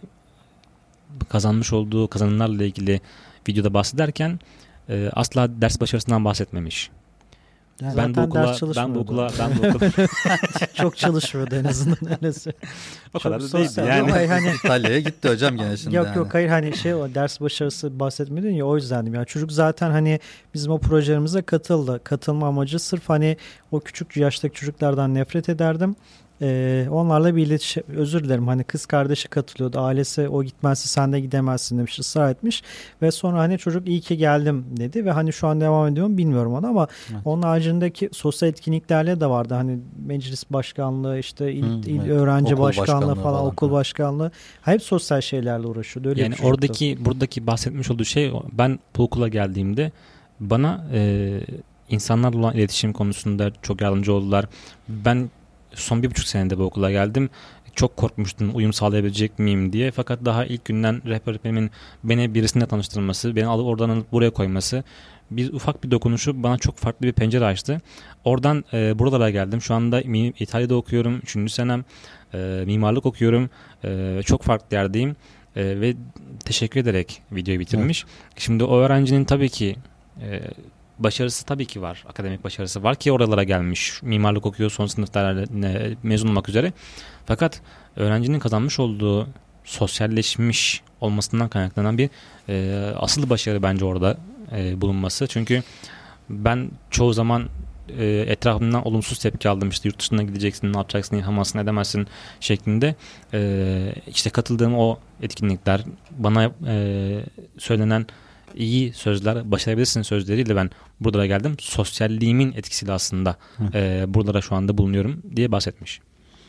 kazanmış olduğu kazanımlarla ilgili videoda bahsederken e, asla ders başarısından bahsetmemiş. Yani ben bu okula ben bu okula ben bu okula çok çalışmıyordu en azından öylesi. O kadar da değildi yani. Hani İtalya'ya gitti hocam gene şimdi. Yok yani. yok hayır, hani şey, o ders başarısı bahsetmedin ya, o yüzdendim. Yani çocuk zaten hani bizim o projelerimize katıldı. Katılma amacı sırf hani o küçük yaştaki çocuklardan nefret ederdim. Ee, onlarla bir iletişim, özür dilerim, hani kız kardeşi katılıyordu, ailesi o gitmezse sen de gidemezsin demiş, ısrar etmiş ve sonra hani çocuk iyi ki geldim dedi ve hani şu an devam ediyor mu bilmiyorum onu, ama evet. Onun haricindeki sosyal etkinliklerle de vardı, hani meclis başkanlığı, işte il, hmm, il evet. öğrenci okul başkanlığı, başkanlığı falan, falan okul başkanlığı, hep sosyal şeylerle uğraşıyordu. Öyle yani oradaki buradaki bahsetmiş olduğu şey, ben bu okula geldiğimde bana e, insanlarla olan iletişim konusunda çok yardımcı oldular. Ben son bir buçuk senede bu okula geldim. Çok korkmuştum uyum sağlayabilecek miyim diye. Fakat daha ilk günden rehber öğretmenimin beni birisine tanıştırması, beni alıp oradan alıp buraya koyması, bir ufak bir dokunuşu bana çok farklı bir pencere açtı. Oradan e, buralara geldim. Şu anda İtalya'da okuyorum. Üçüncü senem. E, mimarlık okuyorum. E, çok farklı yerdeyim. E, ve teşekkür ederek videoyu bitirmiş. Evet. Şimdi o öğrencinin tabii ki e, başarısı tabii ki var. Akademik başarısı var ki oralara gelmiş. Mimarlık okuyor, son sınıflarda mezun olmak üzere. Fakat öğrencinin kazanmış olduğu sosyalleşmiş olmasından kaynaklanan bir e, asıl başarı bence orada e, bulunması. Çünkü ben çoğu zaman e, etrafımdan olumsuz tepki aldım. İşte yurt dışına gideceksin, ne yapacaksın, yapamazsın, edemezsin şeklinde. E, işte katıldığım o etkinlikler, bana e, söylenen iyi sözler, başarabilirsin sözleriyle ben buralara geldim. Sosyalliğimin etkisiyle aslında e, buralara şu anda bulunuyorum diye bahsetmiş.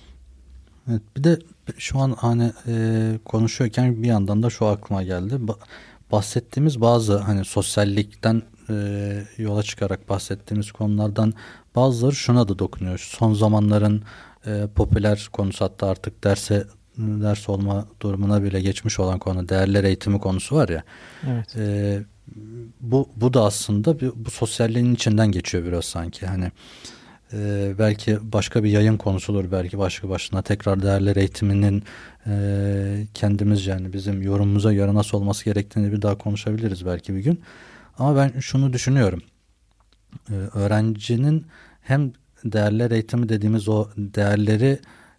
Evet, bir de şu an hani e, konuşuyorken bir yandan da şu aklıma geldi. Ba- bahsettiğimiz bazı hani sosyallikten e, yola çıkarak bahsettiğimiz konulardan bazıları şuna da dokunuyor. Son zamanların e, popüler konusu, hatta artık derse ders olma durumuna bile geçmiş olan konu, değerler eğitimi konusu var ya. Evet. E, bu bu da aslında bir, bu sosyalliğin içinden geçiyor biraz sanki. Hani Ee, belki başka bir yayın konusudur, belki başka başına tekrar değerler eğitiminin e, kendimiz, yani bizim yorumumuza göre nasıl olması gerektiğini bir daha konuşabiliriz belki bir gün. Ama ben şunu düşünüyorum. Ee, öğrencinin hem değerler eğitimi dediğimiz o değerleri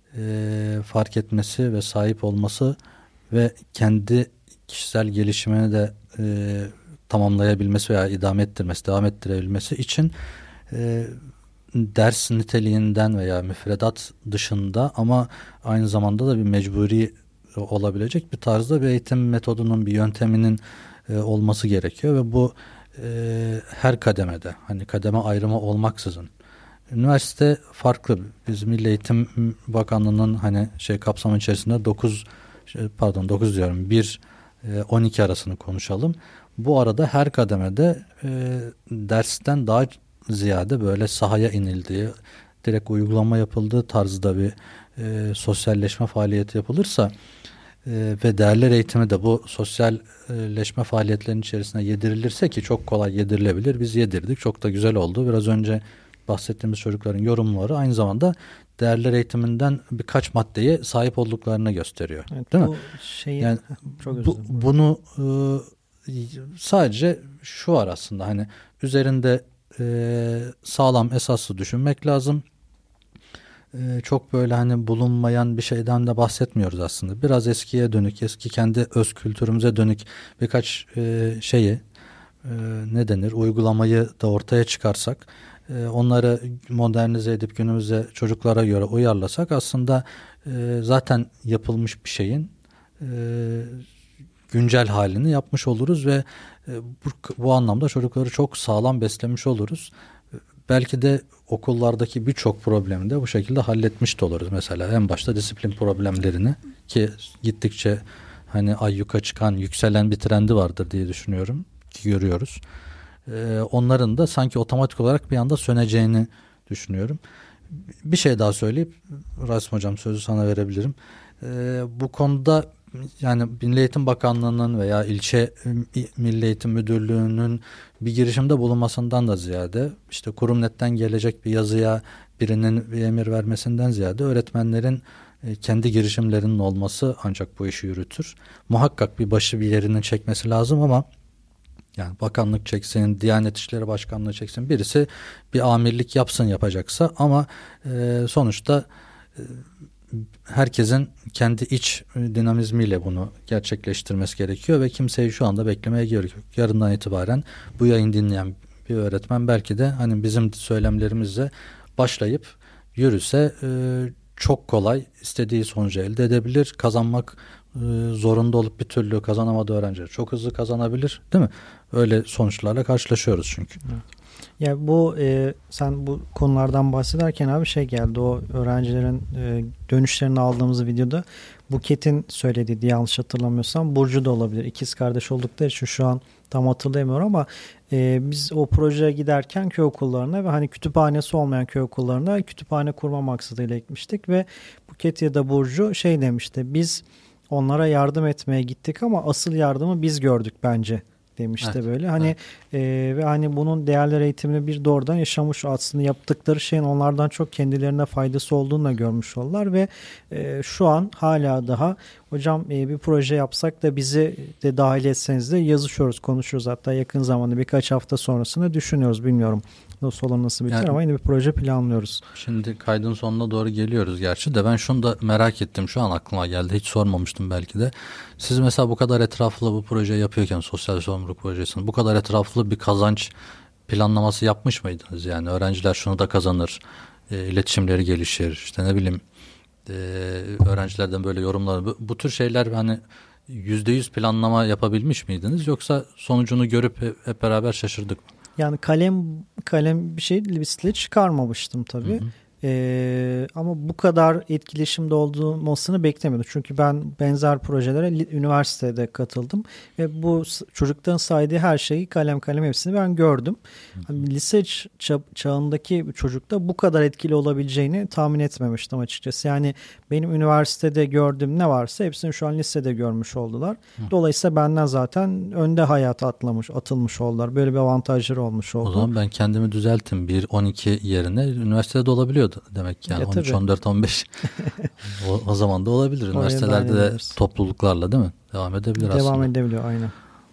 e, fark etmesi ve sahip olması ve kendi kişisel gelişimini de e, tamamlayabilmesi veya idame ettirmesi, devam ettirebilmesi için e, ders niteliğinden veya müfredat dışında ama aynı zamanda da bir mecburi olabilecek bir tarzda bir eğitim metodunun, bir yönteminin e, olması gerekiyor ve bu e, her kademede, hani kademe ayrımı olmaksızın. Üniversite farklı. Biz Milli Eğitim Bakanlığı'nın hani şey kapsamı içerisinde dokuz pardon dokuz diyorum bir on iki arasını konuşalım. Bu arada her kademede e, dersten daha ziyade böyle sahaya inildiği, direkt uygulama yapıldığı tarzda bir e, sosyalleşme faaliyeti yapılırsa e, ve değerler eğitimi de bu sosyalleşme faaliyetlerinin içerisine yedirilirse, ki çok kolay yedirilebilir. Biz yedirdik. Çok da güzel oldu. Biraz önce bahsettiğimiz çocukların yorumları aynı zamanda değerler eğitiminden birkaç maddeye sahip olduklarını gösteriyor. Evet, değil bu mi? Şeyi, Yani çok bu, bunu e, sadece şu var aslında, hani üzerinde e, sağlam esaslı düşünmek lazım. E, çok böyle hani bulunmayan bir şeyden de bahsetmiyoruz aslında. Biraz eskiye dönük, eski kendi öz kültürümüze dönük birkaç e, şeyi e, ne denir, uygulamayı da ortaya çıkarsak, e, onları modernize edip günümüzde çocuklara göre uyarlasak aslında e, zaten yapılmış bir şeyin e, güncel halini yapmış oluruz ve e, bu, bu anlamda çocukları çok sağlam beslemiş oluruz. E, belki de okullardaki birçok problemi de bu şekilde halletmiş de oluruz. Mesela en başta disiplin problemlerini, ki gittikçe hani ayyuka çıkan, yükselen bir trendi vardır diye düşünüyorum ki görüyoruz. E, onların da sanki otomatik olarak bir anda söneceğini düşünüyorum. Bir şey daha söyleyip Rasim Hocam, sözü sana verebilirim. E, bu konuda yani Milli Eğitim Bakanlığı'nın veya ilçe Milli Eğitim Müdürlüğü'nün bir girişimde bulunmasından da ziyade, işte Kurumnet'ten gelecek bir yazıya birinin bir emir vermesinden ziyade öğretmenlerin kendi girişimlerinin olması ancak bu işi yürütür. Muhakkak bir başı bir yerinin çekmesi lazım ama yani bakanlık çeksin, Diyanet İşleri Başkanlığı çeksin, birisi bir amirlik yapsın yapacaksa, ama e, sonuçta e, herkesin kendi iç dinamizmiyle bunu gerçekleştirmesi gerekiyor ve kimseyi şu anda beklemeye gerek yok. Yarından itibaren bu yayın dinleyen bir öğretmen belki de hani bizim söylemlerimizle başlayıp yürüse e, çok kolay istediği sonucu elde edebilir. Kazanmak e, zorunda olup bir türlü kazanamadığı öğrenciler çok hızlı kazanabilir, değil mi? Öyle sonuçlarla karşılaşıyoruz çünkü. Evet. Ya bu e, sen bu konulardan bahsederken abi şey geldi, o öğrencilerin e, dönüşlerini aldığımız videoda Buket'in söylediği, yanlış hatırlamıyorsam Burcu da olabilir. İkiz kardeş oldukları için şu an tam hatırlayamıyorum ama e, biz o projeye giderken köy okullarına ve hani kütüphanesi olmayan köy okullarına kütüphane kurma maksadıyla gitmiştik ve Buket ya da Burcu şey demişti, biz onlara yardım etmeye gittik ama asıl yardımı biz gördük bence demişti, evet, böyle. Hani evet. e, ve hani bunun değerler eğitimini bir doğrudan yaşamış, aslında yaptıkları şeyin onlardan çok kendilerine faydası olduğunu da görmüş oldular ve e, şu an hala daha hocam e, bir proje yapsak da bizi de dahil etseniz de yazışıyoruz, konuşuyoruz. Hatta yakın zamanda birkaç hafta sonrasında düşünüyoruz. Bilmiyorum nasıl olur, nasıl biter, Yani, ama yine bir proje planlıyoruz. Şimdi kaydın sonuna doğru geliyoruz gerçi de ben şunu da merak ettim, şu an aklıma geldi, hiç sormamıştım belki de. Siz mesela bu kadar etraflı bu projeyi yapıyorken, sosyal sorumluluk projesini bu kadar etraflı bir kazanç planlaması yapmış mıydınız? Yani öğrenciler şunu da kazanır, e, iletişimleri gelişir, işte ne bileyim e, öğrencilerden böyle yorumlar, bu, bu tür şeyler hani yüzde yüz planlama yapabilmiş miydiniz, yoksa sonucunu görüp hep, hep beraber şaşırdık mı? Yani kalem kalem bir şey liste çıkarmamıştım tabii. Hı hı. Ee, ama bu kadar etkileşimde olmasını beklemiyordum. Çünkü ben benzer projelere li- üniversitede katıldım ve bu s- çocukların saydığı her şeyi kalem kalem hepsini ben gördüm. Hani lise ç- ça- çağındaki bir çocukta bu kadar etkili olabileceğini tahmin etmemiştim açıkçası. Yani benim üniversitede gördüğüm ne varsa hepsini şu an lisede görmüş oldular. Hı. Dolayısıyla benden zaten önde hayata atlamış, atılmış oldular. Böyle bir avantajları olmuş oldu. O zaman ben kendimi düzelttim. bir on iki yerine üniversitede olabiliyordu demek ki. Yani Ya on üç, tabii. on dört, on beş o, o zaman da olabilir. Oraya Üniversitelerde dahil de ederiz. topluluklarla değil mi? Devam edebilir Devam aslında. edebiliyor aynen.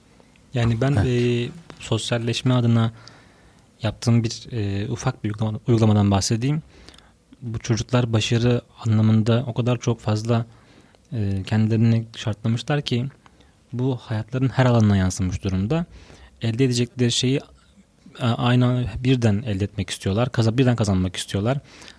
Yani ben e, sosyalleşme adına yaptığım bir e, ufak bir uygulama, uygulamadan bahsedeyim. Bu çocuklar başarı anlamında o kadar çok fazla e, kendilerini şartlamışlar ki bu hayatların her alanına yansımış durumda. Elde edecekleri şeyi e, aynı birden elde etmek istiyorlar. Kaza, birden kazanmak istiyorlar.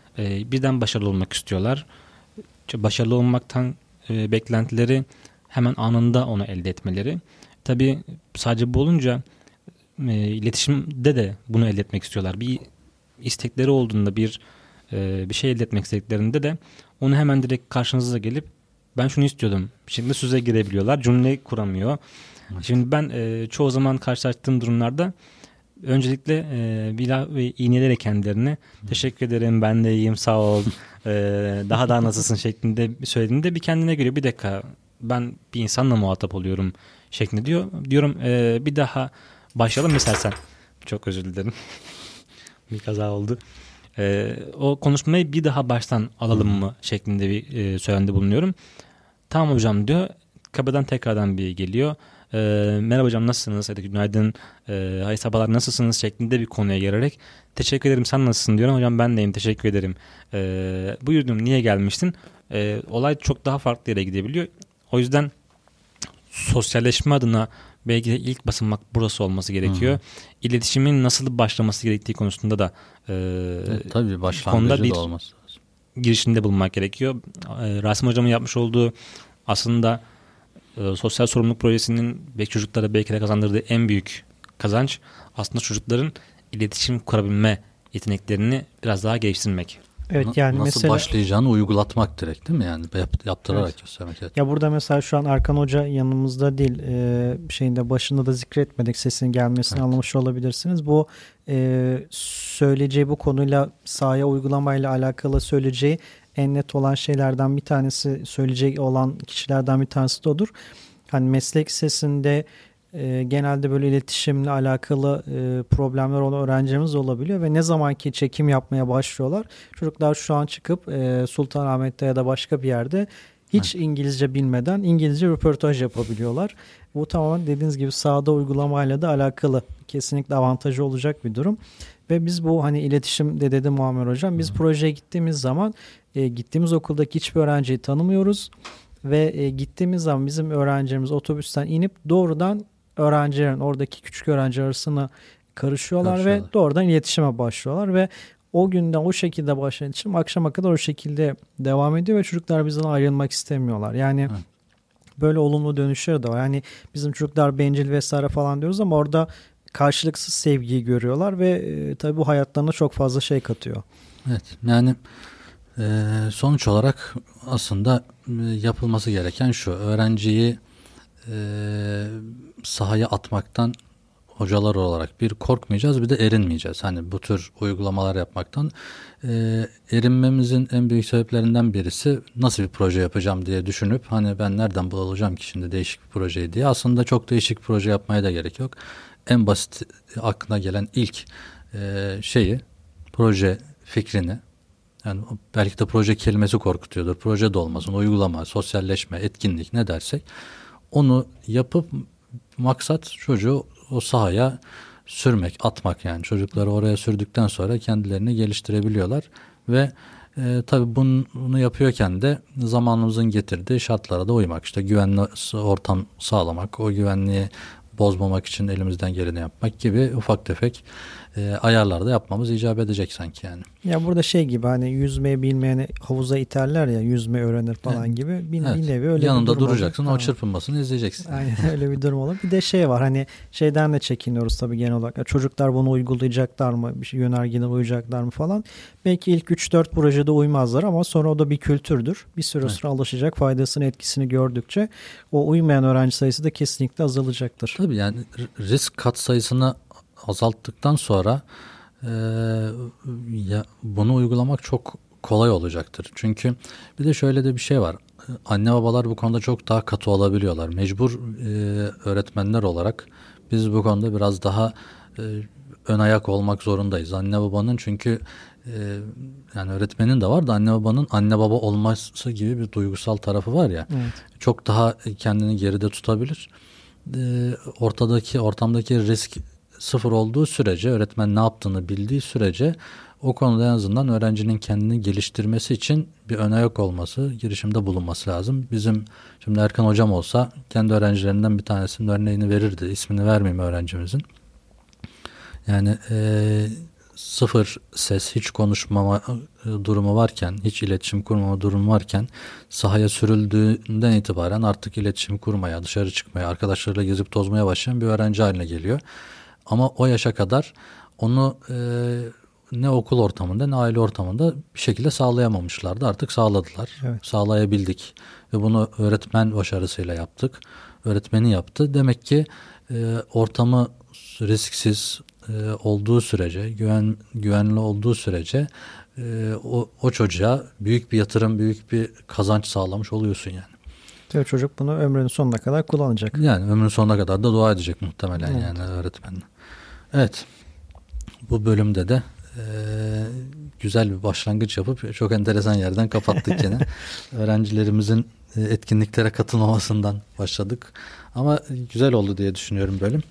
E, birden başarılı olmak istiyorlar. Başarılı olmaktan e, beklentileri hemen anında onu elde etmeleri. Tabii sadece bu olunca e, iletişimde de bunu elde etmek istiyorlar. Bir istekleri olduğunda, bir e, bir şey elde etmek istediklerinde de onu hemen direkt karşınıza gelip ben şunu istiyordum. Şimdi söze girebiliyorlar. Cümle kuramıyor. Evet. Şimdi ben e, çoğu zaman karşılaştığım durumlarda öncelikle e, bir ve iğneleyerek kendilerini teşekkür ederim, ben de iyiyim, sağ ol, e, daha da nasılsın şeklinde söylediğinde bir kendine geliyor. Bir dakika, ben bir insanla muhatap oluyorum şeklinde diyor. Diyorum e, bir daha başlayalım mesela sen. Çok özür dilerim. Bir kaza oldu. E, o konuşmayı bir daha baştan alalım mı şeklinde bir e, söylemde bulunuyorum. Tamam hocam diyor. Kapıdan tekrardan bir geliyor. E, merhaba hocam, nasılsınız? Hadi günaydın, e, hayırlı sabahlar, nasılsınız şeklinde bir konuya gelerek teşekkür ederim, sen nasılsın diyorum. Hocam ben deyim, teşekkür ederim. E, buyurdum, niye gelmiştin? E, olay çok daha farklı yere gidebiliyor. O yüzden sosyalleşme adına belki de ilk basamak burası olması gerekiyor. Hı. İletişimin nasıl başlaması gerektiği konusunda da e, e, tabii başlangıcı da olması lazım. Girişinde bulunmak gerekiyor. E, Rasim hocamın yapmış olduğu aslında e, sosyal sorumluluk projesinin belki çocuklara belki de kazandırdığı en büyük kazanç aslında çocukların iletişim kurabilme yeteneklerini biraz daha geliştirmek. Evet, yani nasıl mesela başlayacağını uygulatmak direkt, değil mi? Yani Yap, yaptırarak evet. göstermek. Evet. Ya burada mesela şu an Erkan Hoca yanımızda değil, e, şeyinde başında da zikretmedik, sesinin gelmesini evet. anlamış olabilirsiniz. Bu e, söyleyeceği, bu konuyla sahaya uygulamayla alakalı söyleyeceği en net olan şeylerden bir tanesi, söyleyecek olan kişilerden bir tanesi de odur. Hani meslek lisesinde E, genelde böyle iletişimle alakalı e, problemler olan öğrencilerimiz olabiliyor ve ne zamanki çekim yapmaya başlıyorlar, çocuklar şu an çıkıp e, Sultanahmet'te ya da başka bir yerde hiç evet. İngilizce bilmeden İngilizce röportaj yapabiliyorlar. Bu tamamen dediğiniz gibi sahada uygulamayla da alakalı, kesinlikle avantajı olacak bir durum. Ve biz bu hani iletişimde dedi Muammer Hocam, biz Hı. projeye gittiğimiz zaman e, gittiğimiz okuldaki hiçbir öğrenciyi tanımıyoruz ve e, gittiğimiz zaman bizim öğrencilerimiz otobüsten inip doğrudan öğrencilerin, oradaki küçük öğrenci arasına karışıyorlar, karışıyorlar ve doğrudan iletişime başlıyorlar ve o günden o şekilde başlayan iletişim akşama kadar o şekilde devam ediyor ve çocuklar bizden ayrılmak istemiyorlar. Yani Hı. böyle olumlu dönüşleri de var. Yani bizim çocuklar bencil vesaire falan diyoruz ama orada karşılıksız sevgiyi görüyorlar ve e, tabii bu hayatlarına çok fazla şey katıyor. Evet, yani e, sonuç olarak aslında e, yapılması gereken şu: öğrenciyi e, sahaya atmaktan hocalar olarak bir korkmayacağız, bir de erinmeyeceğiz. Hani bu tür uygulamalar yapmaktan e, erinmemizin en büyük sebeplerinden birisi nasıl bir proje yapacağım diye düşünüp hani ben nereden bulacağım ki şimdi değişik bir projeyi diye. Aslında çok değişik bir proje yapmaya da gerek yok. En basit aklına gelen ilk e, şeyi, proje fikrini Yani belki de proje kelimesi korkutuyordur. Proje de olmasın, uygulama, sosyalleşme, etkinlik ne dersek onu yapıp maksat çocuğu o sahaya sürmek, atmak yani. Çocukları oraya sürdükten sonra kendilerini geliştirebiliyorlar ve e, tabii bunu, bunu yapıyorken de zamanımızın getirdiği şartlara da uymak. İşte güvenli ortam sağlamak, o güvenliği bozmamak için elimizden geleni yapmak gibi ufak tefek e, ayarlar da yapmamız icap edecek sanki yani. Ya burada şey gibi hani yüzmeyi bilmeyeni havuza iterler ya, yüzme öğrenir falan Evet. gibi bir, Evet. bir nevi öyle yanında bir durum duracaksın, olacak. o çırpınmasını izleyeceksin. Aynen öyle bir durum olur. Bir de şey var hani şeyden de çekiniyoruz tabii genel olarak. Ya çocuklar bunu uygulayacaklar mı? Bir şey yönergene uyacaklar mı falan. Belki ilk üç dört projede uymazlar ama sonra o da bir kültürdür. Bir süre Evet. sonra alışacak. Faydasını, etkisini gördükçe o uymayan öğrenci sayısı da kesinlikle azalacaktır. Tabii yani risk kat sayısını azalttıktan sonra e, ya bunu uygulamak çok kolay olacaktır. Çünkü bir de şöyle de bir şey var. Anne babalar bu konuda çok daha katı olabiliyorlar. Mecbur e, öğretmenler olarak biz bu konuda biraz daha e, ön ayak olmak zorundayız. Anne babanın çünkü e, yani öğretmenin de var da anne babanın anne baba olması gibi bir duygusal tarafı var ya. Evet. Çok daha kendini geride tutabilir. E, ortadaki ortamdaki risk sıfır olduğu sürece, öğretmen ne yaptığını bildiği sürece o konuda en azından öğrencinin kendini geliştirmesi için bir ön ayak olması, girişimde bulunması lazım. Bizim şimdi Erkan hocam olsa kendi öğrencilerinden bir tanesinin örneğini verirdi. İsmini vermeyeyim öğrencimizin. Yani e, sıfır ses, hiç konuşmama durumu varken, hiç iletişim kurmama durumu varken sahaya sürüldüğünden itibaren artık iletişim kurmaya, dışarı çıkmaya, arkadaşlarıyla gezip tozmaya başlayan bir öğrenci haline geliyor. Ama o yaşa kadar onu e, ne okul ortamında ne aile ortamında bir şekilde sağlayamamışlardı. Artık sağladılar. Evet. Sağlayabildik. Ve bunu öğretmen başarısıyla yaptık. Öğretmeni yaptı. Demek ki e, ortamı risksiz e, olduğu sürece, güven güvenli olduğu sürece e, o, o çocuğa büyük bir yatırım, büyük bir kazanç sağlamış oluyorsun yani. Tabii çocuk bunu ömrünün sonuna kadar kullanacak. Yani ömrünün sonuna kadar da dua edecek muhtemelen Evet. yani öğretmenle. Evet. Bu bölümde de e, güzel bir başlangıç yapıp çok enteresan yerden kapattık yine. Öğrencilerimizin e, etkinliklere katılmamasından başladık. Ama güzel oldu diye düşünüyorum bölüm.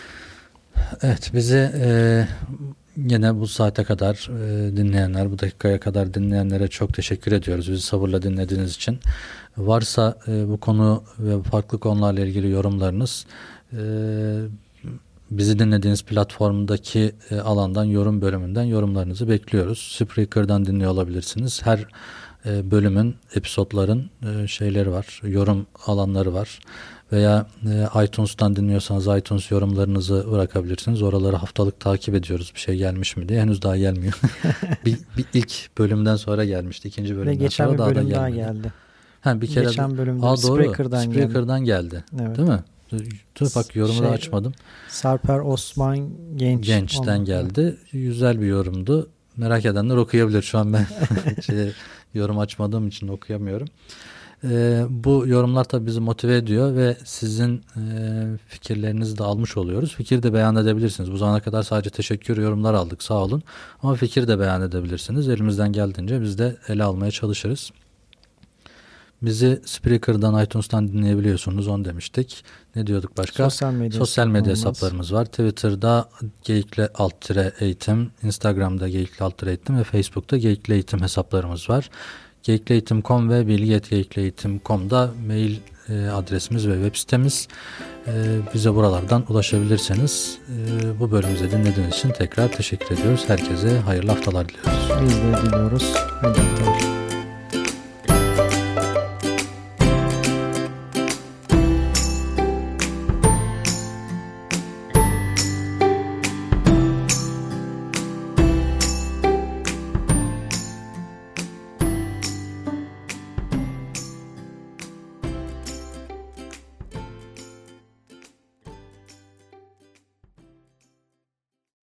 Evet, bizi e, yine bu saate kadar e, dinleyenler, bu dakikaya kadar dinleyenlere çok teşekkür ediyoruz. Bizi sabırla dinlediğiniz için. Varsa e, bu konu ve farklı konularla ilgili yorumlarınız e, bizi dinlediğiniz platformdaki e, alandan, yorum bölümünden yorumlarınızı bekliyoruz. Spreaker'dan dinliyor olabilirsiniz. Her e, bölümün, episodların e, şeyleri var, yorum alanları var. Veya e, iTunes'tan dinliyorsanız iTunes yorumlarınızı bırakabilirsiniz. Oraları haftalık takip ediyoruz bir şey gelmiş mi diye. Henüz daha gelmiyor. bir, bir ilk bölümden sonra gelmişti. İkinci Ve bölümden geçen sonra bir daha da bölüm gelmedi. daha geldi. Ha, bir kere Geçen bölümde Aa, doğru. Spreaker'dan geldi. Spreaker'dan geldi. Evet. Değil mi? Dur bak yorumu Şey, da açmadım. Sarper Osman Genç. Genç'ten Ondan- geldi. Güzel bir yorumdu. Merak edenler okuyabilir. Şu an ben şey, yorum açmadığım için okuyamıyorum. Ee, bu yorumlar tabii bizi motive ediyor ve sizin e, fikirlerinizi de almış oluyoruz. Fikir de beyan edebilirsiniz. Bu zamana kadar sadece teşekkür yorumlar aldık, sağ olun. Ama fikir de beyan edebilirsiniz. Elimizden geldiğince biz de ele almaya çalışırız. Bizi Spreaker'dan, iTunes'tan dinleyebiliyorsunuz. Onu demiştik. Ne diyorduk başka? Sosyal medya, Sosyal medya olmaz. hesaplarımız var. Twitter'da Geyikli alt tire eğitim, Instagram'da Geyikli alt tire eğitim ve Facebook'ta Geyikli eğitim hesaplarımız var. geyikli eğitim nokta com ve bilgi et geyikli eğitim nokta com'da mail e, adresimiz ve web sitemiz. E, bize buralardan ulaşabilirseniz e, bu bölümümüzü dinlediğiniz için tekrar teşekkür ediyoruz. Herkese hayırlı haftalar diliyoruz. Biz de diliyoruz. Hadi bakalım.